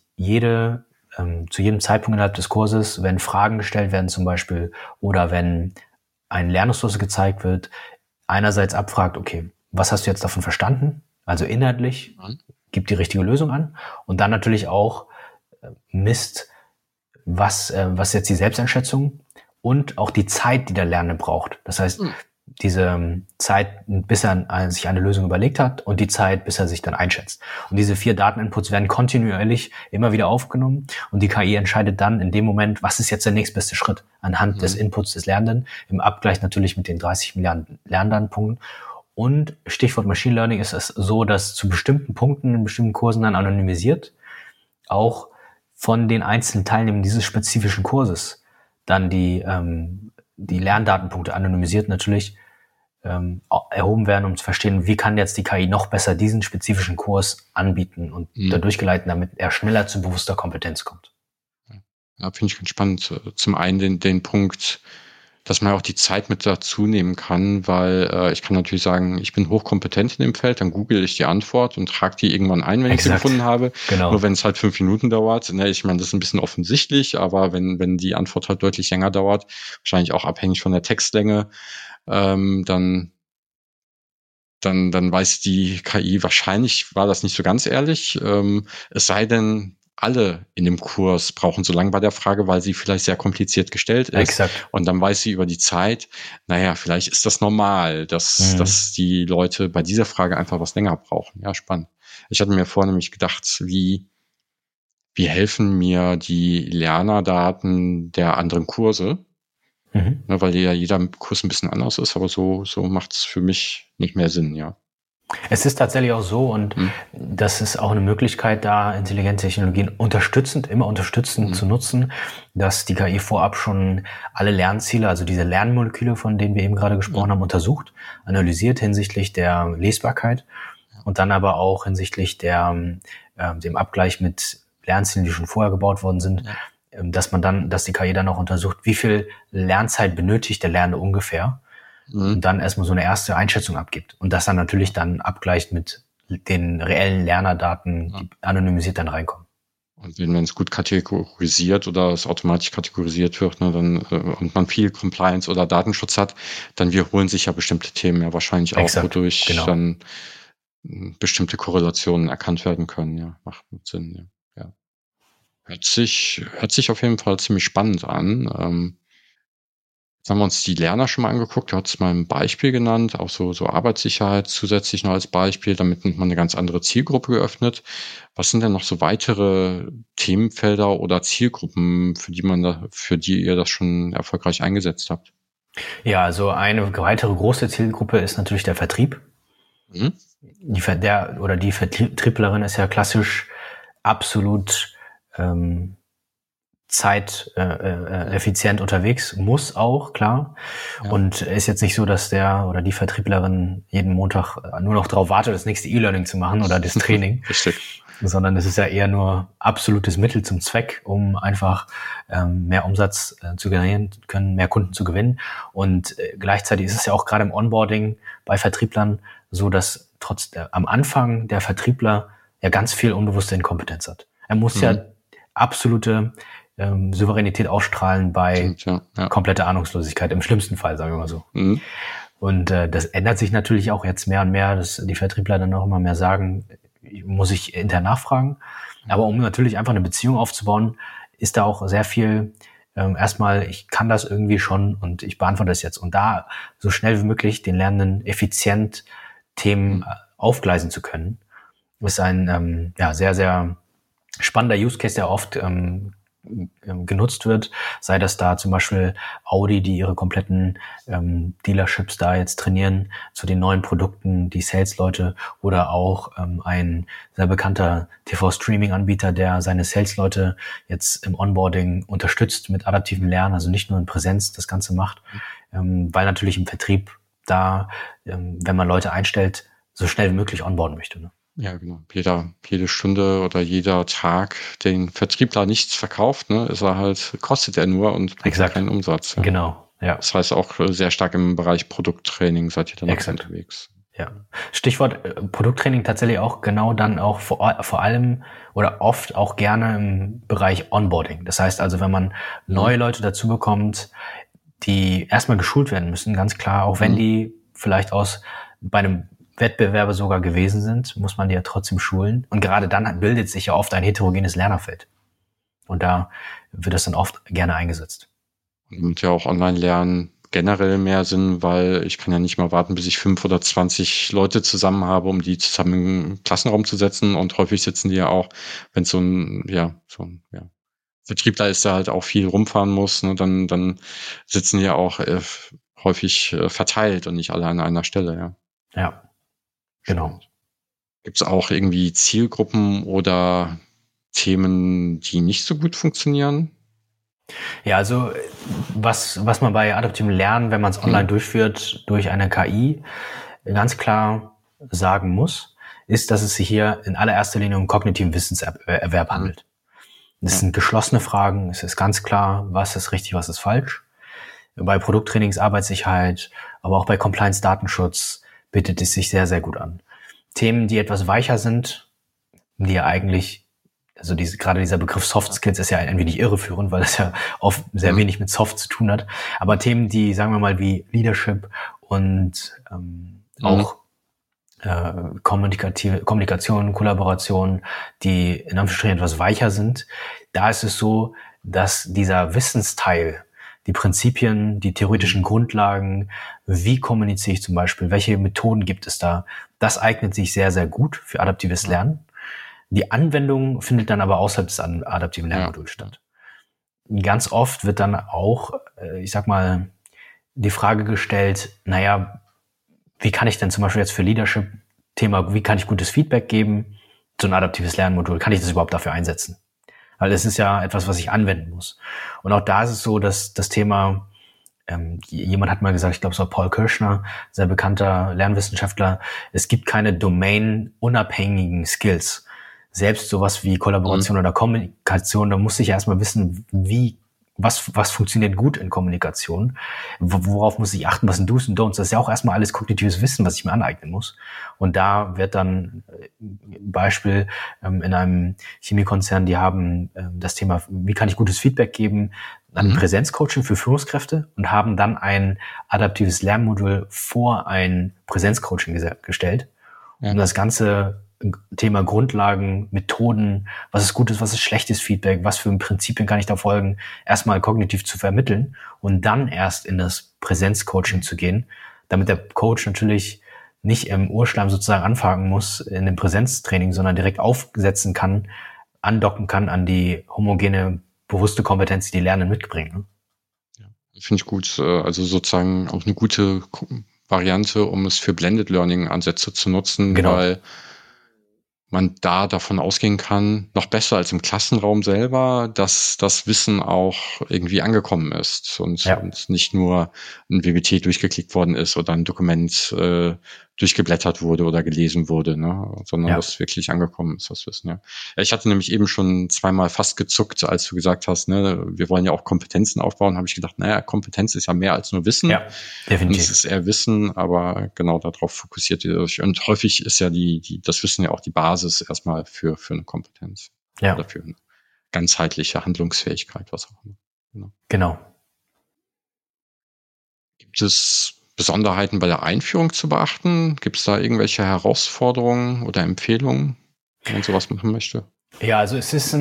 jedem Zeitpunkt innerhalb des Kurses, wenn Fragen gestellt werden zum Beispiel oder wenn eine Lernressource gezeigt wird, einerseits abfragt, okay, was hast du jetzt davon verstanden? Also inhaltlich, gibt die richtige Lösung an und dann natürlich auch misst, was jetzt die Selbsteinschätzung und auch die Zeit, die der Lernende braucht. Das heißt, diese Zeit, bis er sich eine Lösung überlegt hat und die Zeit, bis er sich dann einschätzt. Und diese 4 Dateninputs werden kontinuierlich immer wieder aufgenommen und die KI entscheidet dann in dem Moment, was ist jetzt der nächstbeste Schritt anhand des Inputs des Lernenden, im Abgleich natürlich mit den 30 Milliarden Lerndatenpunkten. Und Stichwort Machine Learning ist es so, dass zu bestimmten Punkten in bestimmten Kursen dann anonymisiert auch von den einzelnen Teilnehmern dieses spezifischen Kurses dann die Lerndatenpunkte anonymisiert natürlich erhoben werden, um zu verstehen, wie kann jetzt die KI noch besser diesen spezifischen Kurs anbieten und dadurch geleiten, damit er schneller zu bewusster Kompetenz kommt. Ja, finde ich ganz spannend. Zum einen den Punkt, dass man auch die Zeit mit dazu nehmen kann, weil ich kann natürlich sagen, ich bin hochkompetent in dem Feld, dann google ich die Antwort und trage die irgendwann ein, wenn ich sie gefunden habe. Genau. Nur wenn es halt 5 Minuten dauert, ne, ich meine, das ist ein bisschen offensichtlich, aber wenn die Antwort halt deutlich länger dauert, wahrscheinlich auch abhängig von der Textlänge, dann weiß die KI wahrscheinlich, war das nicht so ganz ehrlich. Es sei denn, alle in dem Kurs brauchen so lange bei der Frage, weil sie vielleicht sehr kompliziert gestellt ist. Exakt. Und dann weiß sie über die Zeit, naja, vielleicht ist das normal, dass die Leute bei dieser Frage einfach was länger brauchen. Ja, spannend. Ich hatte mir vorher nämlich gedacht, wie helfen mir die Lernerdaten der anderen Kurse? Ne, weil ja jeder Kurs ein bisschen anders ist, aber so macht es für mich nicht mehr Sinn, ja. Es ist tatsächlich auch so, und das ist auch eine Möglichkeit, da intelligente Technologien immer unterstützend zu nutzen, dass die KI vorab schon alle Lernziele, also diese Lernmoleküle, von denen wir eben gerade gesprochen haben, untersucht, analysiert hinsichtlich der Lesbarkeit und dann aber auch hinsichtlich dem Abgleich mit Lernzielen, die schon vorher gebaut worden sind, dass die KI dann auch untersucht, wie viel Lernzeit benötigt der Lernende ungefähr, und dann erstmal so eine erste Einschätzung abgibt und das dann natürlich dann abgleicht mit den reellen Lernerdaten, die anonymisiert dann reinkommen. Und wenn es gut kategorisiert oder es automatisch kategorisiert wird, ne, dann und man viel Compliance oder Datenschutz hat, dann wiederholen sich ja bestimmte Themen ja wahrscheinlich auch, wodurch dann bestimmte Korrelationen erkannt werden können. Ja, macht Sinn. Ja. Hört sich auf jeden Fall ziemlich spannend an. Jetzt haben wir uns die Lerner schon mal angeguckt. Du hast mal ein Beispiel genannt, auch so Arbeitssicherheit zusätzlich noch als Beispiel. Damit hat man eine ganz andere Zielgruppe geöffnet. Was sind denn noch so weitere Themenfelder oder Zielgruppen, für die ihr das schon erfolgreich eingesetzt habt? Ja, also eine weitere große Zielgruppe ist natürlich der Vertrieb. Die Vertrieblerin ist ja klassisch absolut zeiteffizient unterwegs, muss auch, klar. Ja. Und ist jetzt nicht so, dass der oder die Vertrieblerin jeden Montag nur noch darauf wartet, das nächste E-Learning zu machen oder das Training. Sondern es ist ja eher nur absolutes Mittel zum Zweck, um einfach mehr Umsatz zu generieren können, mehr Kunden zu gewinnen. Und gleichzeitig ist es ja auch gerade im Onboarding bei Vertrieblern so, dass am Anfang der Vertriebler ja ganz viel unbewusste Inkompetenz hat. Er muss ja absolute Souveränität ausstrahlen bei kompletter Ahnungslosigkeit, im schlimmsten Fall, sagen wir mal so. Und das ändert sich natürlich auch jetzt mehr und mehr, dass die Vertriebler dann auch immer mehr sagen, muss ich intern nachfragen. Aber um natürlich einfach eine Beziehung aufzubauen, ist da auch sehr viel erstmal, ich kann das irgendwie schon und ich beantworte das jetzt. Und da so schnell wie möglich den Lernenden effizient Themen aufgleisen zu können, ist ein sehr, sehr spannender Use Case, der oft genutzt wird, sei das da zum Beispiel Audi, die ihre kompletten Dealerships da jetzt trainieren zu den neuen Produkten, die Sales-Leute, oder auch ein sehr bekannter TV-Streaming-Anbieter, der seine Sales-Leute jetzt im Onboarding unterstützt mit adaptivem Lernen, also nicht nur in Präsenz das Ganze macht, weil natürlich im Vertrieb da, wenn man Leute einstellt, so schnell wie möglich onboarden möchte. Ne? Ja, genau. Jede Stunde oder jeder Tag, den Vertriebler nichts verkauft, ne, kostet er nur und bringt keinen Umsatz. Ja. Genau, ja. Das heißt auch sehr stark im Bereich Produkttraining seid ihr dann auch unterwegs. Ja. Stichwort Produkttraining tatsächlich auch genau dann auch vor allem oder oft auch gerne im Bereich Onboarding. Das heißt also, wenn man neue Leute dazu bekommt, die erstmal geschult werden müssen, ganz klar, auch wenn die vielleicht bei einem Wettbewerber sogar gewesen sind, muss man die ja trotzdem schulen. Und gerade dann bildet sich ja oft ein heterogenes Lernerfeld. Und da wird das dann oft gerne eingesetzt. Und ja auch Online-Lernen generell mehr Sinn, weil ich kann ja nicht mal warten, bis ich 5 oder 20 Leute zusammen habe, um die zusammen im Klassenraum zu setzen. Und häufig sitzen die ja auch, wenn so ein Vertriebler ist, der halt auch viel rumfahren muss, ne, dann sitzen die ja auch häufig verteilt und nicht alle an einer Stelle, ja. Ja. Genau. Gibt es auch irgendwie Zielgruppen oder Themen, die nicht so gut funktionieren? Ja, also was man bei adaptivem Lernen, wenn man es online durchführt, durch eine KI, ganz klar sagen muss, ist, dass es sich hier in allererster Linie um kognitiven Wissenserwerb handelt. Das sind geschlossene Fragen, es ist ganz klar, was ist richtig, was ist falsch. Bei Produkttrainings, Arbeitssicherheit, aber auch bei Compliance, Datenschutz bietet es sich sehr, sehr gut an. Themen, die etwas weicher sind, die ja eigentlich, also gerade dieser Begriff Soft Skills ist ja ein wenig irreführend, weil es ja oft sehr wenig mit Soft zu tun hat. Aber Themen, die, sagen wir mal, wie Leadership und auch Kommunikation, Kollaboration, die in Anführungsstrichen etwas weicher sind, da ist es so, dass dieser Wissensteil, die Prinzipien, die theoretischen Grundlagen, wie kommuniziere ich zum Beispiel, welche Methoden gibt es da, das eignet sich sehr, sehr gut für adaptives Lernen. Die Anwendung findet dann aber außerhalb des adaptiven Lernmoduls statt. Ganz oft wird dann auch, ich sag mal, die Frage gestellt, naja, wie kann ich denn zum Beispiel jetzt für Leadership-Thema, wie kann ich gutes Feedback geben? So ein adaptives Lernmodul, kann ich das überhaupt dafür einsetzen? Weil es ist ja etwas, was ich anwenden muss. Und auch da ist es so, dass das Thema, jemand hat mal gesagt, ich glaube es war Paul Kirschner, sehr bekannter Lernwissenschaftler, es gibt keine domain-unabhängigen Skills. Selbst sowas wie Kollaboration oder Kommunikation, da muss ich erstmal wissen, was funktioniert gut in Kommunikation, worauf muss ich achten, was sind Do's und Don'ts, das ist ja auch erstmal alles kognitives Wissen, was ich mir aneignen muss. Und da wird dann Beispiel in einem Chemiekonzern, die haben das Thema, wie kann ich gutes Feedback geben, ein Präsenzcoaching für Führungskräfte und haben dann ein adaptives Lernmodul vor ein Präsenzcoaching gestellt, um das ganze Thema Grundlagen, Methoden, was ist gutes, was ist schlechtes Feedback, was für Prinzipien kann ich da folgen, erstmal kognitiv zu vermitteln und dann erst in das Präsenzcoaching zu gehen, damit der Coach natürlich nicht im Urschleim sozusagen anfangen muss in dem Präsenztraining, sondern direkt aufsetzen kann, andocken kann an die homogene, bewusste Kompetenz, die die Lernenden mitbringen. Ja, finde ich gut. Also sozusagen auch eine gute Variante, um es für Blended Learning Ansätze zu nutzen, weil man da davon ausgehen kann, noch besser als im Klassenraum selber, dass das Wissen auch irgendwie angekommen ist und nicht nur ein WBT durchgeklickt worden ist oder ein Dokument durchgeblättert wurde oder gelesen wurde, ne? Sondern dass wirklich angekommen ist, das Wissen. Ja. Ich hatte nämlich eben schon zweimal fast gezuckt, als du gesagt hast, ne, wir wollen ja auch Kompetenzen aufbauen, habe ich gedacht, naja, Kompetenz ist ja mehr als nur Wissen. Ja, definitiv. Und es ist eher Wissen, aber genau darauf fokussiert ihr euch. Und häufig ist ja das Wissen ja auch die Basis erstmal für eine Kompetenz. Ja. Oder für eine ganzheitliche Handlungsfähigkeit, was auch immer. Genau. Gibt es Besonderheiten bei der Einführung zu beachten? Gibt es da irgendwelche Herausforderungen oder Empfehlungen, wenn man sowas machen möchte? Ja, also es ist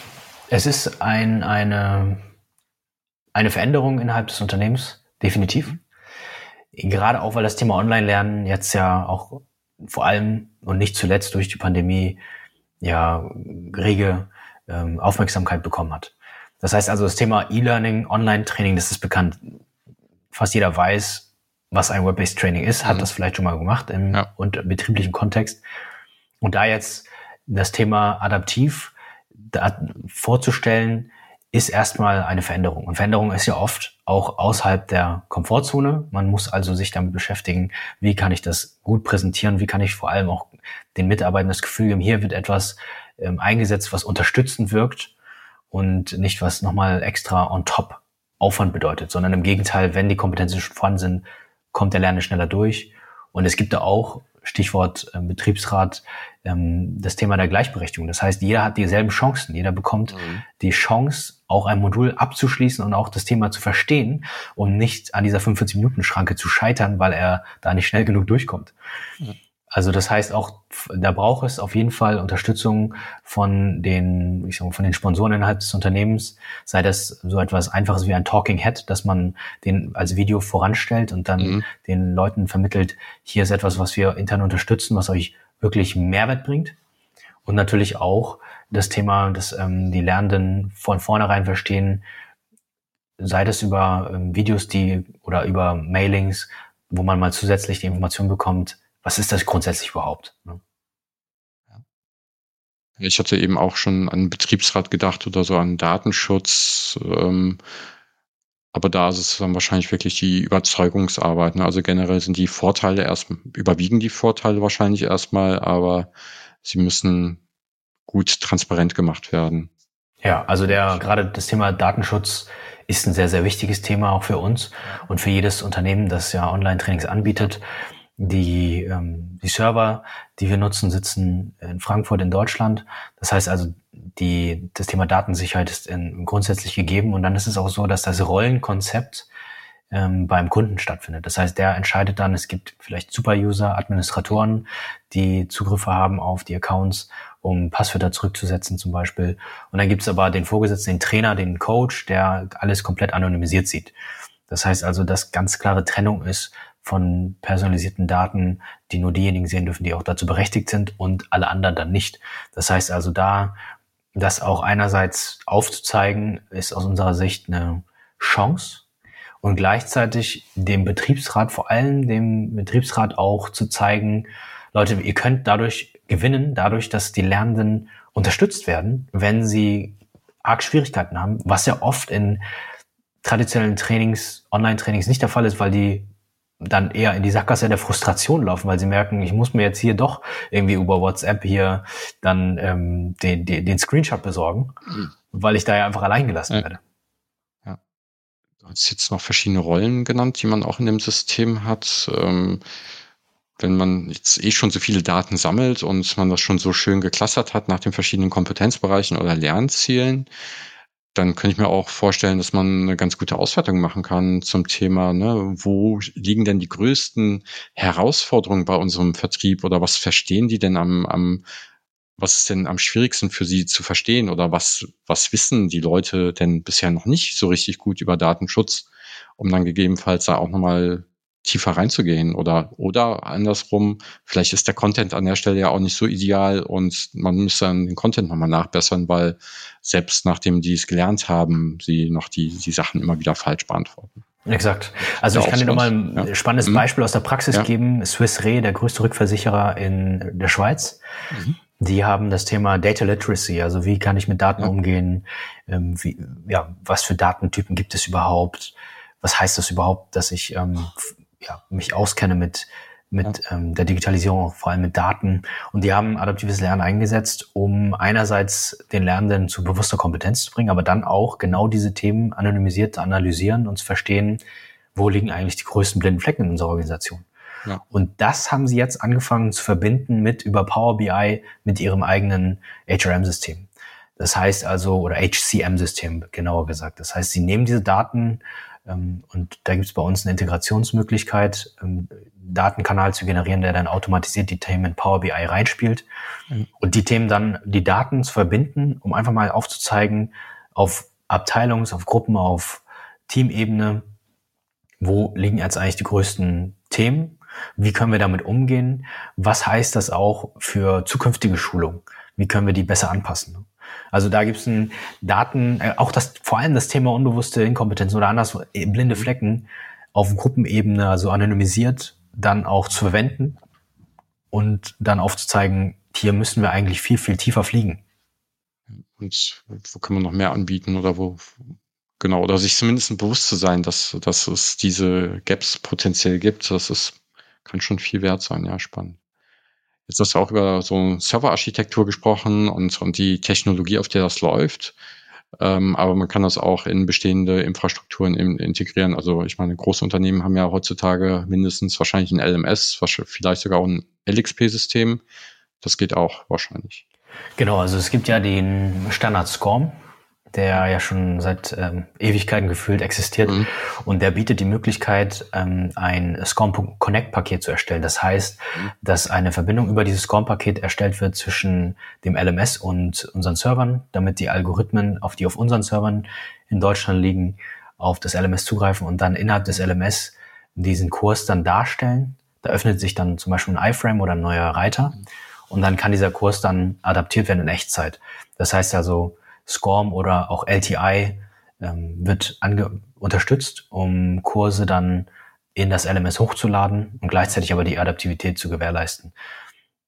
eine Veränderung innerhalb des Unternehmens, definitiv. Gerade auch, weil das Thema Online-Lernen jetzt ja auch vor allem und nicht zuletzt durch die Pandemie ja rege Aufmerksamkeit bekommen hat. Das heißt also, das Thema E-Learning, Online-Training, das ist bekannt. Fast jeder weiß, was ein Web-based Training ist, hat das vielleicht schon mal gemacht im und betrieblichen Kontext. Und da jetzt das Thema adaptiv vorzustellen, ist erstmal eine Veränderung. Und Veränderung ist ja oft auch außerhalb der Komfortzone. Man muss also sich damit beschäftigen, wie kann ich das gut präsentieren, wie kann ich vor allem auch den Mitarbeitern das Gefühl geben, hier wird etwas eingesetzt, was unterstützend wirkt und nicht was nochmal extra on top Aufwand bedeutet, sondern im Gegenteil, wenn die Kompetenzen schon vorhanden sind, kommt der Lerner schneller durch. Und es gibt da auch, Stichwort Betriebsrat, das Thema der Gleichberechtigung. Das heißt, jeder hat dieselben Chancen. Jeder bekommt die Chance, auch ein Modul abzuschließen und auch das Thema zu verstehen, um nicht an dieser 45-Minuten-Schranke zu scheitern, weil er da nicht schnell genug durchkommt. Also das heißt auch, da braucht es auf jeden Fall Unterstützung von den Sponsoren innerhalb des Unternehmens, sei das so etwas Einfaches wie ein Talking Head, dass man den als Video voranstellt und dann den Leuten vermittelt, hier ist etwas, was wir intern unterstützen, was euch wirklich Mehrwert bringt. Und natürlich auch das Thema, dass die Lernenden von vornherein verstehen, sei das über Videos, oder über Mailings, wo man mal zusätzlich die Information bekommt, was ist das grundsätzlich überhaupt? Ne? Ich hatte eben auch schon an Betriebsrat gedacht oder so an Datenschutz. Aber da ist es dann wahrscheinlich wirklich die Überzeugungsarbeit. Ne? Also generell sind die Vorteile überwiegen die Vorteile wahrscheinlich erstmal, aber sie müssen gut transparent gemacht werden. Ja, also gerade das Thema Datenschutz ist ein sehr, sehr wichtiges Thema auch für uns und für jedes Unternehmen, das ja Online-Trainings anbietet. Die Server, die wir nutzen, sitzen in Frankfurt in Deutschland. Das heißt also, das Thema Datensicherheit ist grundsätzlich gegeben. Und dann ist es auch so, dass das Rollenkonzept beim Kunden stattfindet. Das heißt, der entscheidet dann, es gibt vielleicht Super-User, Administratoren, die Zugriffe haben auf die Accounts, um Passwörter zurückzusetzen zum Beispiel. Und dann gibt es aber den Vorgesetzten, den Trainer, den Coach, der alles komplett anonymisiert sieht. Das heißt also, dass ganz klare Trennung ist von personalisierten Daten, die nur diejenigen sehen dürfen, die auch dazu berechtigt sind und alle anderen dann nicht. Das heißt also, das auch einerseits aufzuzeigen, ist aus unserer Sicht eine Chance und gleichzeitig dem Betriebsrat, vor allem dem Betriebsrat auch zu zeigen, Leute, ihr könnt dadurch gewinnen, dadurch, dass die Lernenden unterstützt werden, wenn sie arg Schwierigkeiten haben, was ja oft in traditionellen Trainings, Online-Trainings nicht der Fall ist, weil die dann eher in die Sackgasse der Frustration laufen, weil sie merken, ich muss mir jetzt hier doch irgendwie über WhatsApp hier dann den Screenshot besorgen, weil ich da ja einfach allein gelassen werde. Ja. Du hast jetzt noch verschiedene Rollen genannt, die man auch in dem System hat. Wenn man jetzt schon so viele Daten sammelt und man das schon so schön geklustert hat nach den verschiedenen Kompetenzbereichen oder Lernzielen, dann könnte ich mir auch vorstellen, dass man eine ganz gute Auswertung machen kann zum Thema, ne, wo liegen denn die größten Herausforderungen bei unserem Vertrieb oder was verstehen die denn was ist denn am schwierigsten für sie zu verstehen oder was wissen die Leute denn bisher noch nicht so richtig gut über Datenschutz, um dann gegebenenfalls da auch nochmal tiefer reinzugehen oder andersrum, vielleicht ist der Content an der Stelle ja auch nicht so ideal und man müsste dann den Content nochmal nachbessern, weil selbst nachdem die es gelernt haben, sie noch die Sachen immer wieder falsch beantworten. Exakt. Also ich kann dir nochmal ein spannendes Beispiel aus der Praxis geben. Swiss Re, der größte Rückversicherer in der Schweiz, die haben das Thema Data Literacy, also wie kann ich mit Daten umgehen, was für Datentypen gibt es überhaupt, was heißt das überhaupt, dass ich mich auskenne mit der Digitalisierung, vor allem mit Daten. Und die haben adaptives Lernen eingesetzt, um einerseits den Lernenden zu bewusster Kompetenz zu bringen, aber dann auch genau diese Themen anonymisiert zu analysieren und zu verstehen, wo liegen eigentlich die größten blinden Flecken in unserer Organisation. Ja. Und das haben sie jetzt angefangen zu verbinden über Power BI mit ihrem eigenen HRM-System. Das heißt also, oder HCM-System genauer gesagt. Das heißt, sie nehmen diese Daten und da gibt es bei uns eine Integrationsmöglichkeit, Datenkanal zu generieren, der dann automatisiert die Themen in Power BI reinspielt und die Daten zu verbinden, um einfach mal aufzuzeigen, auf auf Gruppen, auf Teamebene, wo liegen jetzt eigentlich die größten Themen, wie können wir damit umgehen, was heißt das auch für zukünftige Schulung, wie können wir die besser anpassen. Also da gibt es vor allem das Thema unbewusste Inkompetenz oder anders blinde Flecken auf Gruppenebene, also anonymisiert, dann auch zu verwenden und dann aufzuzeigen, hier müssen wir eigentlich viel, viel tiefer fliegen. Und wo kann man noch mehr anbieten oder oder sich zumindest bewusst zu sein, dass es diese Gaps potenziell gibt, kann schon viel wert sein, ja, spannend. Jetzt hast du auch über so Serverarchitektur gesprochen und die Technologie, auf der das läuft. Aber man kann das auch in bestehende Infrastrukturen integrieren. Also ich meine, große Unternehmen haben ja heutzutage mindestens wahrscheinlich ein LMS, vielleicht sogar auch ein LXP-System. Das geht auch wahrscheinlich. Genau, also es gibt ja den Standard SCORM, der ja schon seit Ewigkeiten gefühlt existiert. Und der bietet die Möglichkeit, ein SCORM.connect-Paket zu erstellen. Das heißt, dass eine Verbindung über dieses SCORM-Paket erstellt wird zwischen dem LMS und unseren Servern, damit die Algorithmen, die auf unseren Servern in Deutschland liegen, auf das LMS zugreifen und dann innerhalb des LMS diesen Kurs dann darstellen. Da öffnet sich dann zum Beispiel ein iFrame oder ein neuer Reiter. Und dann kann dieser Kurs dann adaptiert werden in Echtzeit. Das heißt also, SCORM oder auch LTI wird unterstützt, um Kurse dann in das LMS hochzuladen und gleichzeitig aber die Adaptivität zu gewährleisten.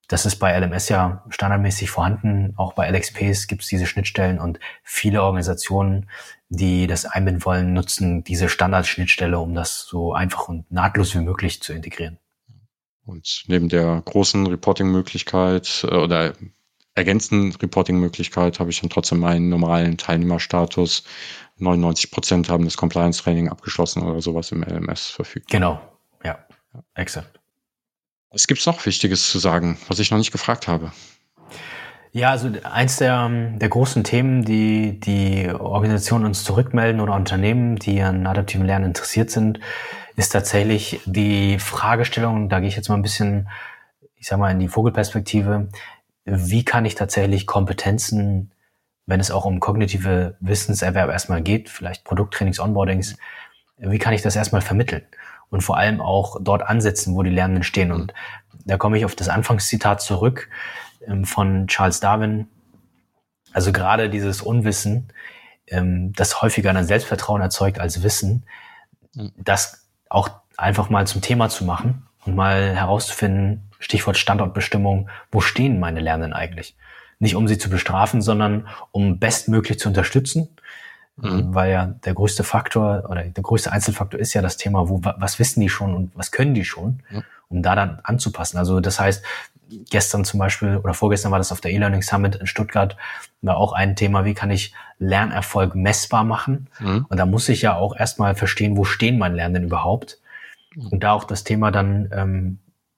das ist bei LMS ja standardmäßig vorhanden. Auch bei LXPs gibt es diese Schnittstellen und viele Organisationen, die das einbinden wollen, nutzen diese Standardschnittstelle, um das so einfach und nahtlos wie möglich zu integrieren. Und neben der großen Reporting-Möglichkeit oder ergänzenden Reporting-Möglichkeit habe ich dann trotzdem meinen normalen Teilnehmerstatus. 99% haben das Compliance-Training abgeschlossen oder sowas im LMS verfügt. Genau, ja, exakt. Was gibt's noch Wichtiges zu sagen, was ich noch nicht gefragt habe? Ja, also eins der großen Themen, die Organisationen uns zurückmelden oder Unternehmen, die an adaptivem Lernen interessiert sind, ist tatsächlich die Fragestellung, da gehe ich jetzt mal ein bisschen, ich sag mal, in die Vogelperspektive, wie kann ich tatsächlich Kompetenzen, wenn es auch um kognitive Wissenserwerb erstmal geht, vielleicht Produkttrainings, Onboardings, wie kann ich das erstmal vermitteln? Und vor allem auch dort ansetzen, wo die Lernenden stehen. Und da komme ich auf das Anfangszitat zurück von Charles Darwin. Also gerade dieses Unwissen, das häufiger ein Selbstvertrauen erzeugt als Wissen, das auch einfach mal zum Thema zu machen und mal herauszufinden, Stichwort Standortbestimmung, wo stehen meine Lernenden eigentlich? Nicht um sie zu bestrafen, sondern um bestmöglich zu unterstützen. Weil ja der größte Faktor oder der größte Einzelfaktor ist ja das Thema, was wissen die schon und was können die schon, um da dann anzupassen. Also das heißt, gestern zum Beispiel oder vorgestern war das auf der E-Learning Summit in Stuttgart, war auch ein Thema, wie kann ich Lernerfolg messbar machen? Und da muss ich ja auch erstmal verstehen, wo stehen meine Lernenden überhaupt? Und da auch das Thema dann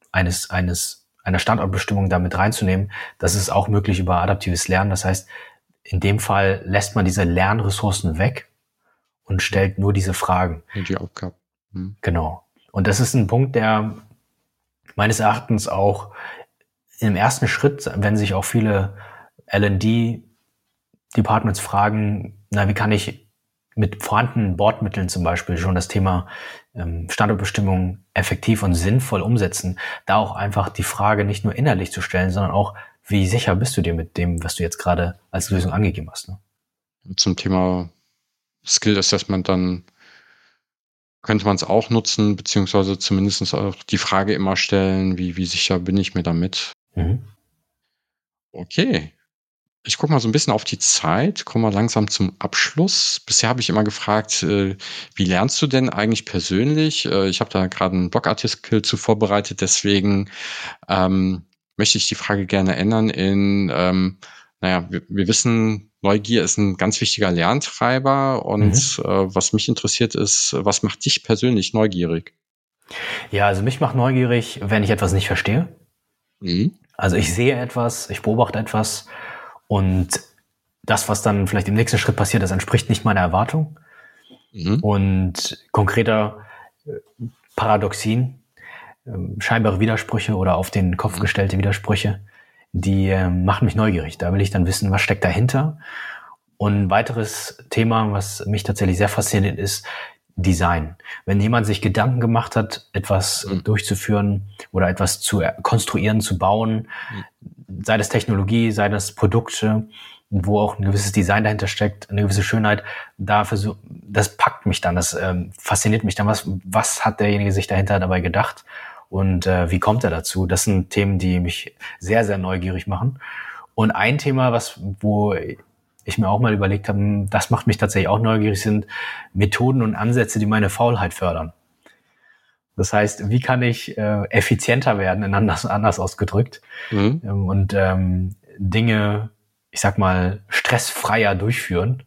einer Standortbestimmung damit reinzunehmen, das ist auch möglich über adaptives Lernen. Das heißt, in dem Fall lässt man diese Lernressourcen weg und stellt nur diese Fragen. Die Aufgabe. Genau. Und das ist ein Punkt, der meines Erachtens auch im ersten Schritt, wenn sich auch viele L&D-Departments fragen, wie kann ich mit vorhandenen Bordmitteln zum Beispiel schon das Thema Standortbestimmung effektiv und sinnvoll umsetzen, da auch einfach die Frage nicht nur innerlich zu stellen, sondern auch, wie sicher bist du dir mit dem, was du jetzt gerade als Lösung angegeben hast? Ne? Zum Thema Skill Assessment, dann könnte man es auch nutzen, beziehungsweise zumindest auch die Frage immer stellen, wie sicher bin ich mir damit? Okay. Ich gucke mal so ein bisschen auf die Zeit, komme mal langsam zum Abschluss. Bisher habe ich immer gefragt, wie lernst du denn eigentlich persönlich? Ich habe da gerade einen Blogartikel zu vorbereitet, deswegen möchte ich die Frage gerne ändern in, wir wissen, Neugier ist ein ganz wichtiger Lerntreiber und was mich interessiert ist, was macht dich persönlich neugierig? Ja, also mich macht neugierig, wenn ich etwas nicht verstehe. Also ich sehe etwas, ich beobachte etwas und das, was dann vielleicht im nächsten Schritt passiert, das entspricht nicht meiner Erwartung. Und konkreter Paradoxien, scheinbare Widersprüche oder auf den Kopf gestellte Widersprüche, die machen mich neugierig. Da will ich dann wissen, was steckt dahinter. Und ein weiteres Thema, was mich tatsächlich sehr fasziniert, ist Design. Wenn jemand sich Gedanken gemacht hat, etwas durchzuführen oder etwas zu konstruieren, zu bauen, sei das Technologie, sei das Produkte, wo auch ein gewisses Design dahinter steckt, eine gewisse Schönheit, das packt mich dann, das fasziniert mich dann. Was hat derjenige sich dahinter dabei gedacht und wie kommt er dazu? Das sind Themen, die mich sehr, sehr neugierig machen. Und ein Thema, wo ich mir auch mal überlegt habe, das macht mich tatsächlich auch neugierig, sind Methoden und Ansätze, die meine Faulheit fördern. Das heißt, wie kann ich effizienter werden, anders ausgedrückt, und Dinge, ich sag mal, stressfreier durchführen.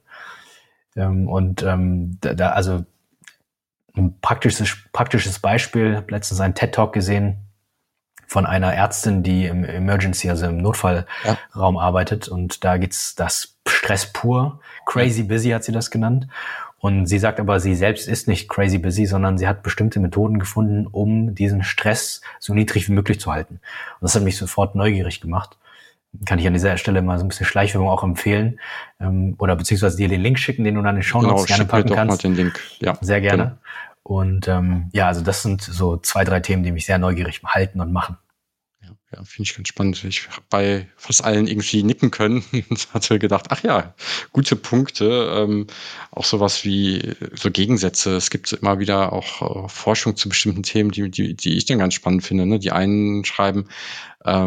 Also ein praktisches Beispiel, ich habe letztens einen TED-Talk gesehen von einer Ärztin, die im Emergency, also im Notfallraum arbeitet. Und da geht's das Stress pur. Crazy busy hat sie das genannt. Und sie sagt aber, sie selbst ist nicht crazy busy, sondern sie hat bestimmte Methoden gefunden, um diesen Stress so niedrig wie möglich zu halten. Und das hat mich sofort neugierig gemacht. Kann ich an dieser Stelle mal so ein bisschen Schleichwerbung auch empfehlen. Oder beziehungsweise dir den Link schicken, den du dann in den Shownotes gerne packen kannst. Mal den Link. Ja, sehr gerne. Genau. Und also das sind so 2, 3 Themen, die mich sehr neugierig halten und machen. Ja, finde ich ganz spannend. Ich habe bei fast allen irgendwie nicken können und hatte gedacht, ach ja, gute Punkte. Auch sowas wie so Gegensätze. Es gibt immer wieder auch Forschung zu bestimmten Themen, die ich dann ganz spannend finde. Ne? Die einen schreiben,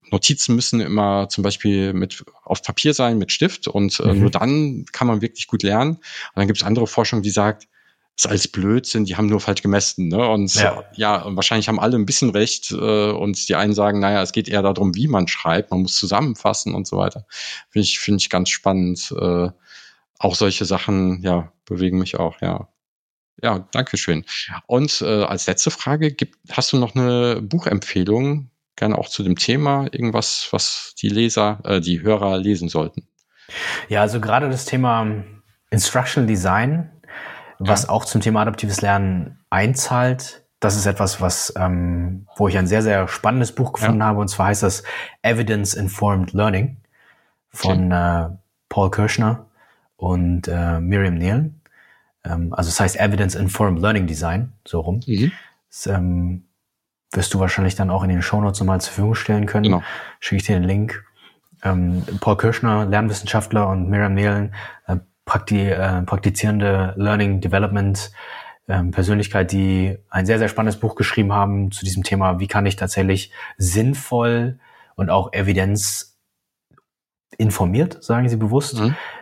Notizen müssen immer zum Beispiel auf Papier sein, mit Stift und nur dann kann man wirklich gut lernen. Und dann gibt es andere Forschung, die sagt, das ist alles Blödsinn, die haben nur falsch gemessen. Ne? Und und wahrscheinlich haben alle ein bisschen recht. Und die einen sagen, naja, es geht eher darum, wie man schreibt, man muss zusammenfassen und so weiter. Finde ich ganz spannend. Auch solche Sachen, bewegen mich auch, ja. Ja, danke schön. Und als letzte Frage, hast du noch eine Buchempfehlung, gerne auch zu dem Thema, irgendwas, was die Hörer lesen sollten? Ja, also gerade das Thema Instructional Design, was auch zum Thema adaptives Lernen einzahlt, das ist etwas, wo ich ein sehr, sehr spannendes Buch gefunden habe, und zwar heißt das Evidence-Informed Learning von Paul Kirschner und Miriam Neal. Also es heißt Evidence-Informed Learning Design, so rum. Das wirst du wahrscheinlich dann auch in den Shownotes nochmal zur Verfügung stellen können. Genau. Schicke ich dir den Link. Paul Kirschner, Lernwissenschaftler, und Miriam Neal, praktizierende Learning Development Persönlichkeit, die ein sehr, sehr spannendes Buch geschrieben haben zu diesem Thema, wie kann ich tatsächlich sinnvoll und auch Evidenz informiert, sagen sie bewusst,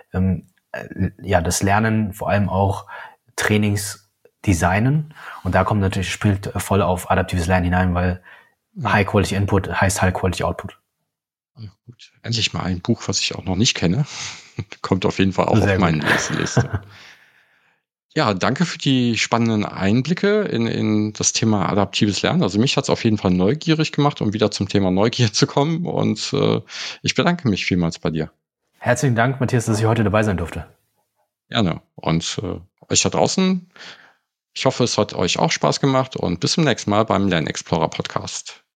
das Lernen, vor allem auch Trainings designen. Und da spielt voll auf adaptives Lernen hinein, weil High-Quality Input heißt High-Quality Output. Gut. Endlich mal ein Buch, was ich auch noch nicht kenne. Kommt auf jeden Fall auch auf meine Liste. Ja, danke für die spannenden Einblicke in das Thema adaptives Lernen. Also mich hat es auf jeden Fall neugierig gemacht, um wieder zum Thema Neugier zu kommen. Und ich bedanke mich vielmals bei dir. Herzlichen Dank, Matthias, dass ich heute dabei sein durfte. Gerne. Und euch da draußen, ich hoffe, es hat euch auch Spaß gemacht und bis zum nächsten Mal beim Lernexplorer Podcast.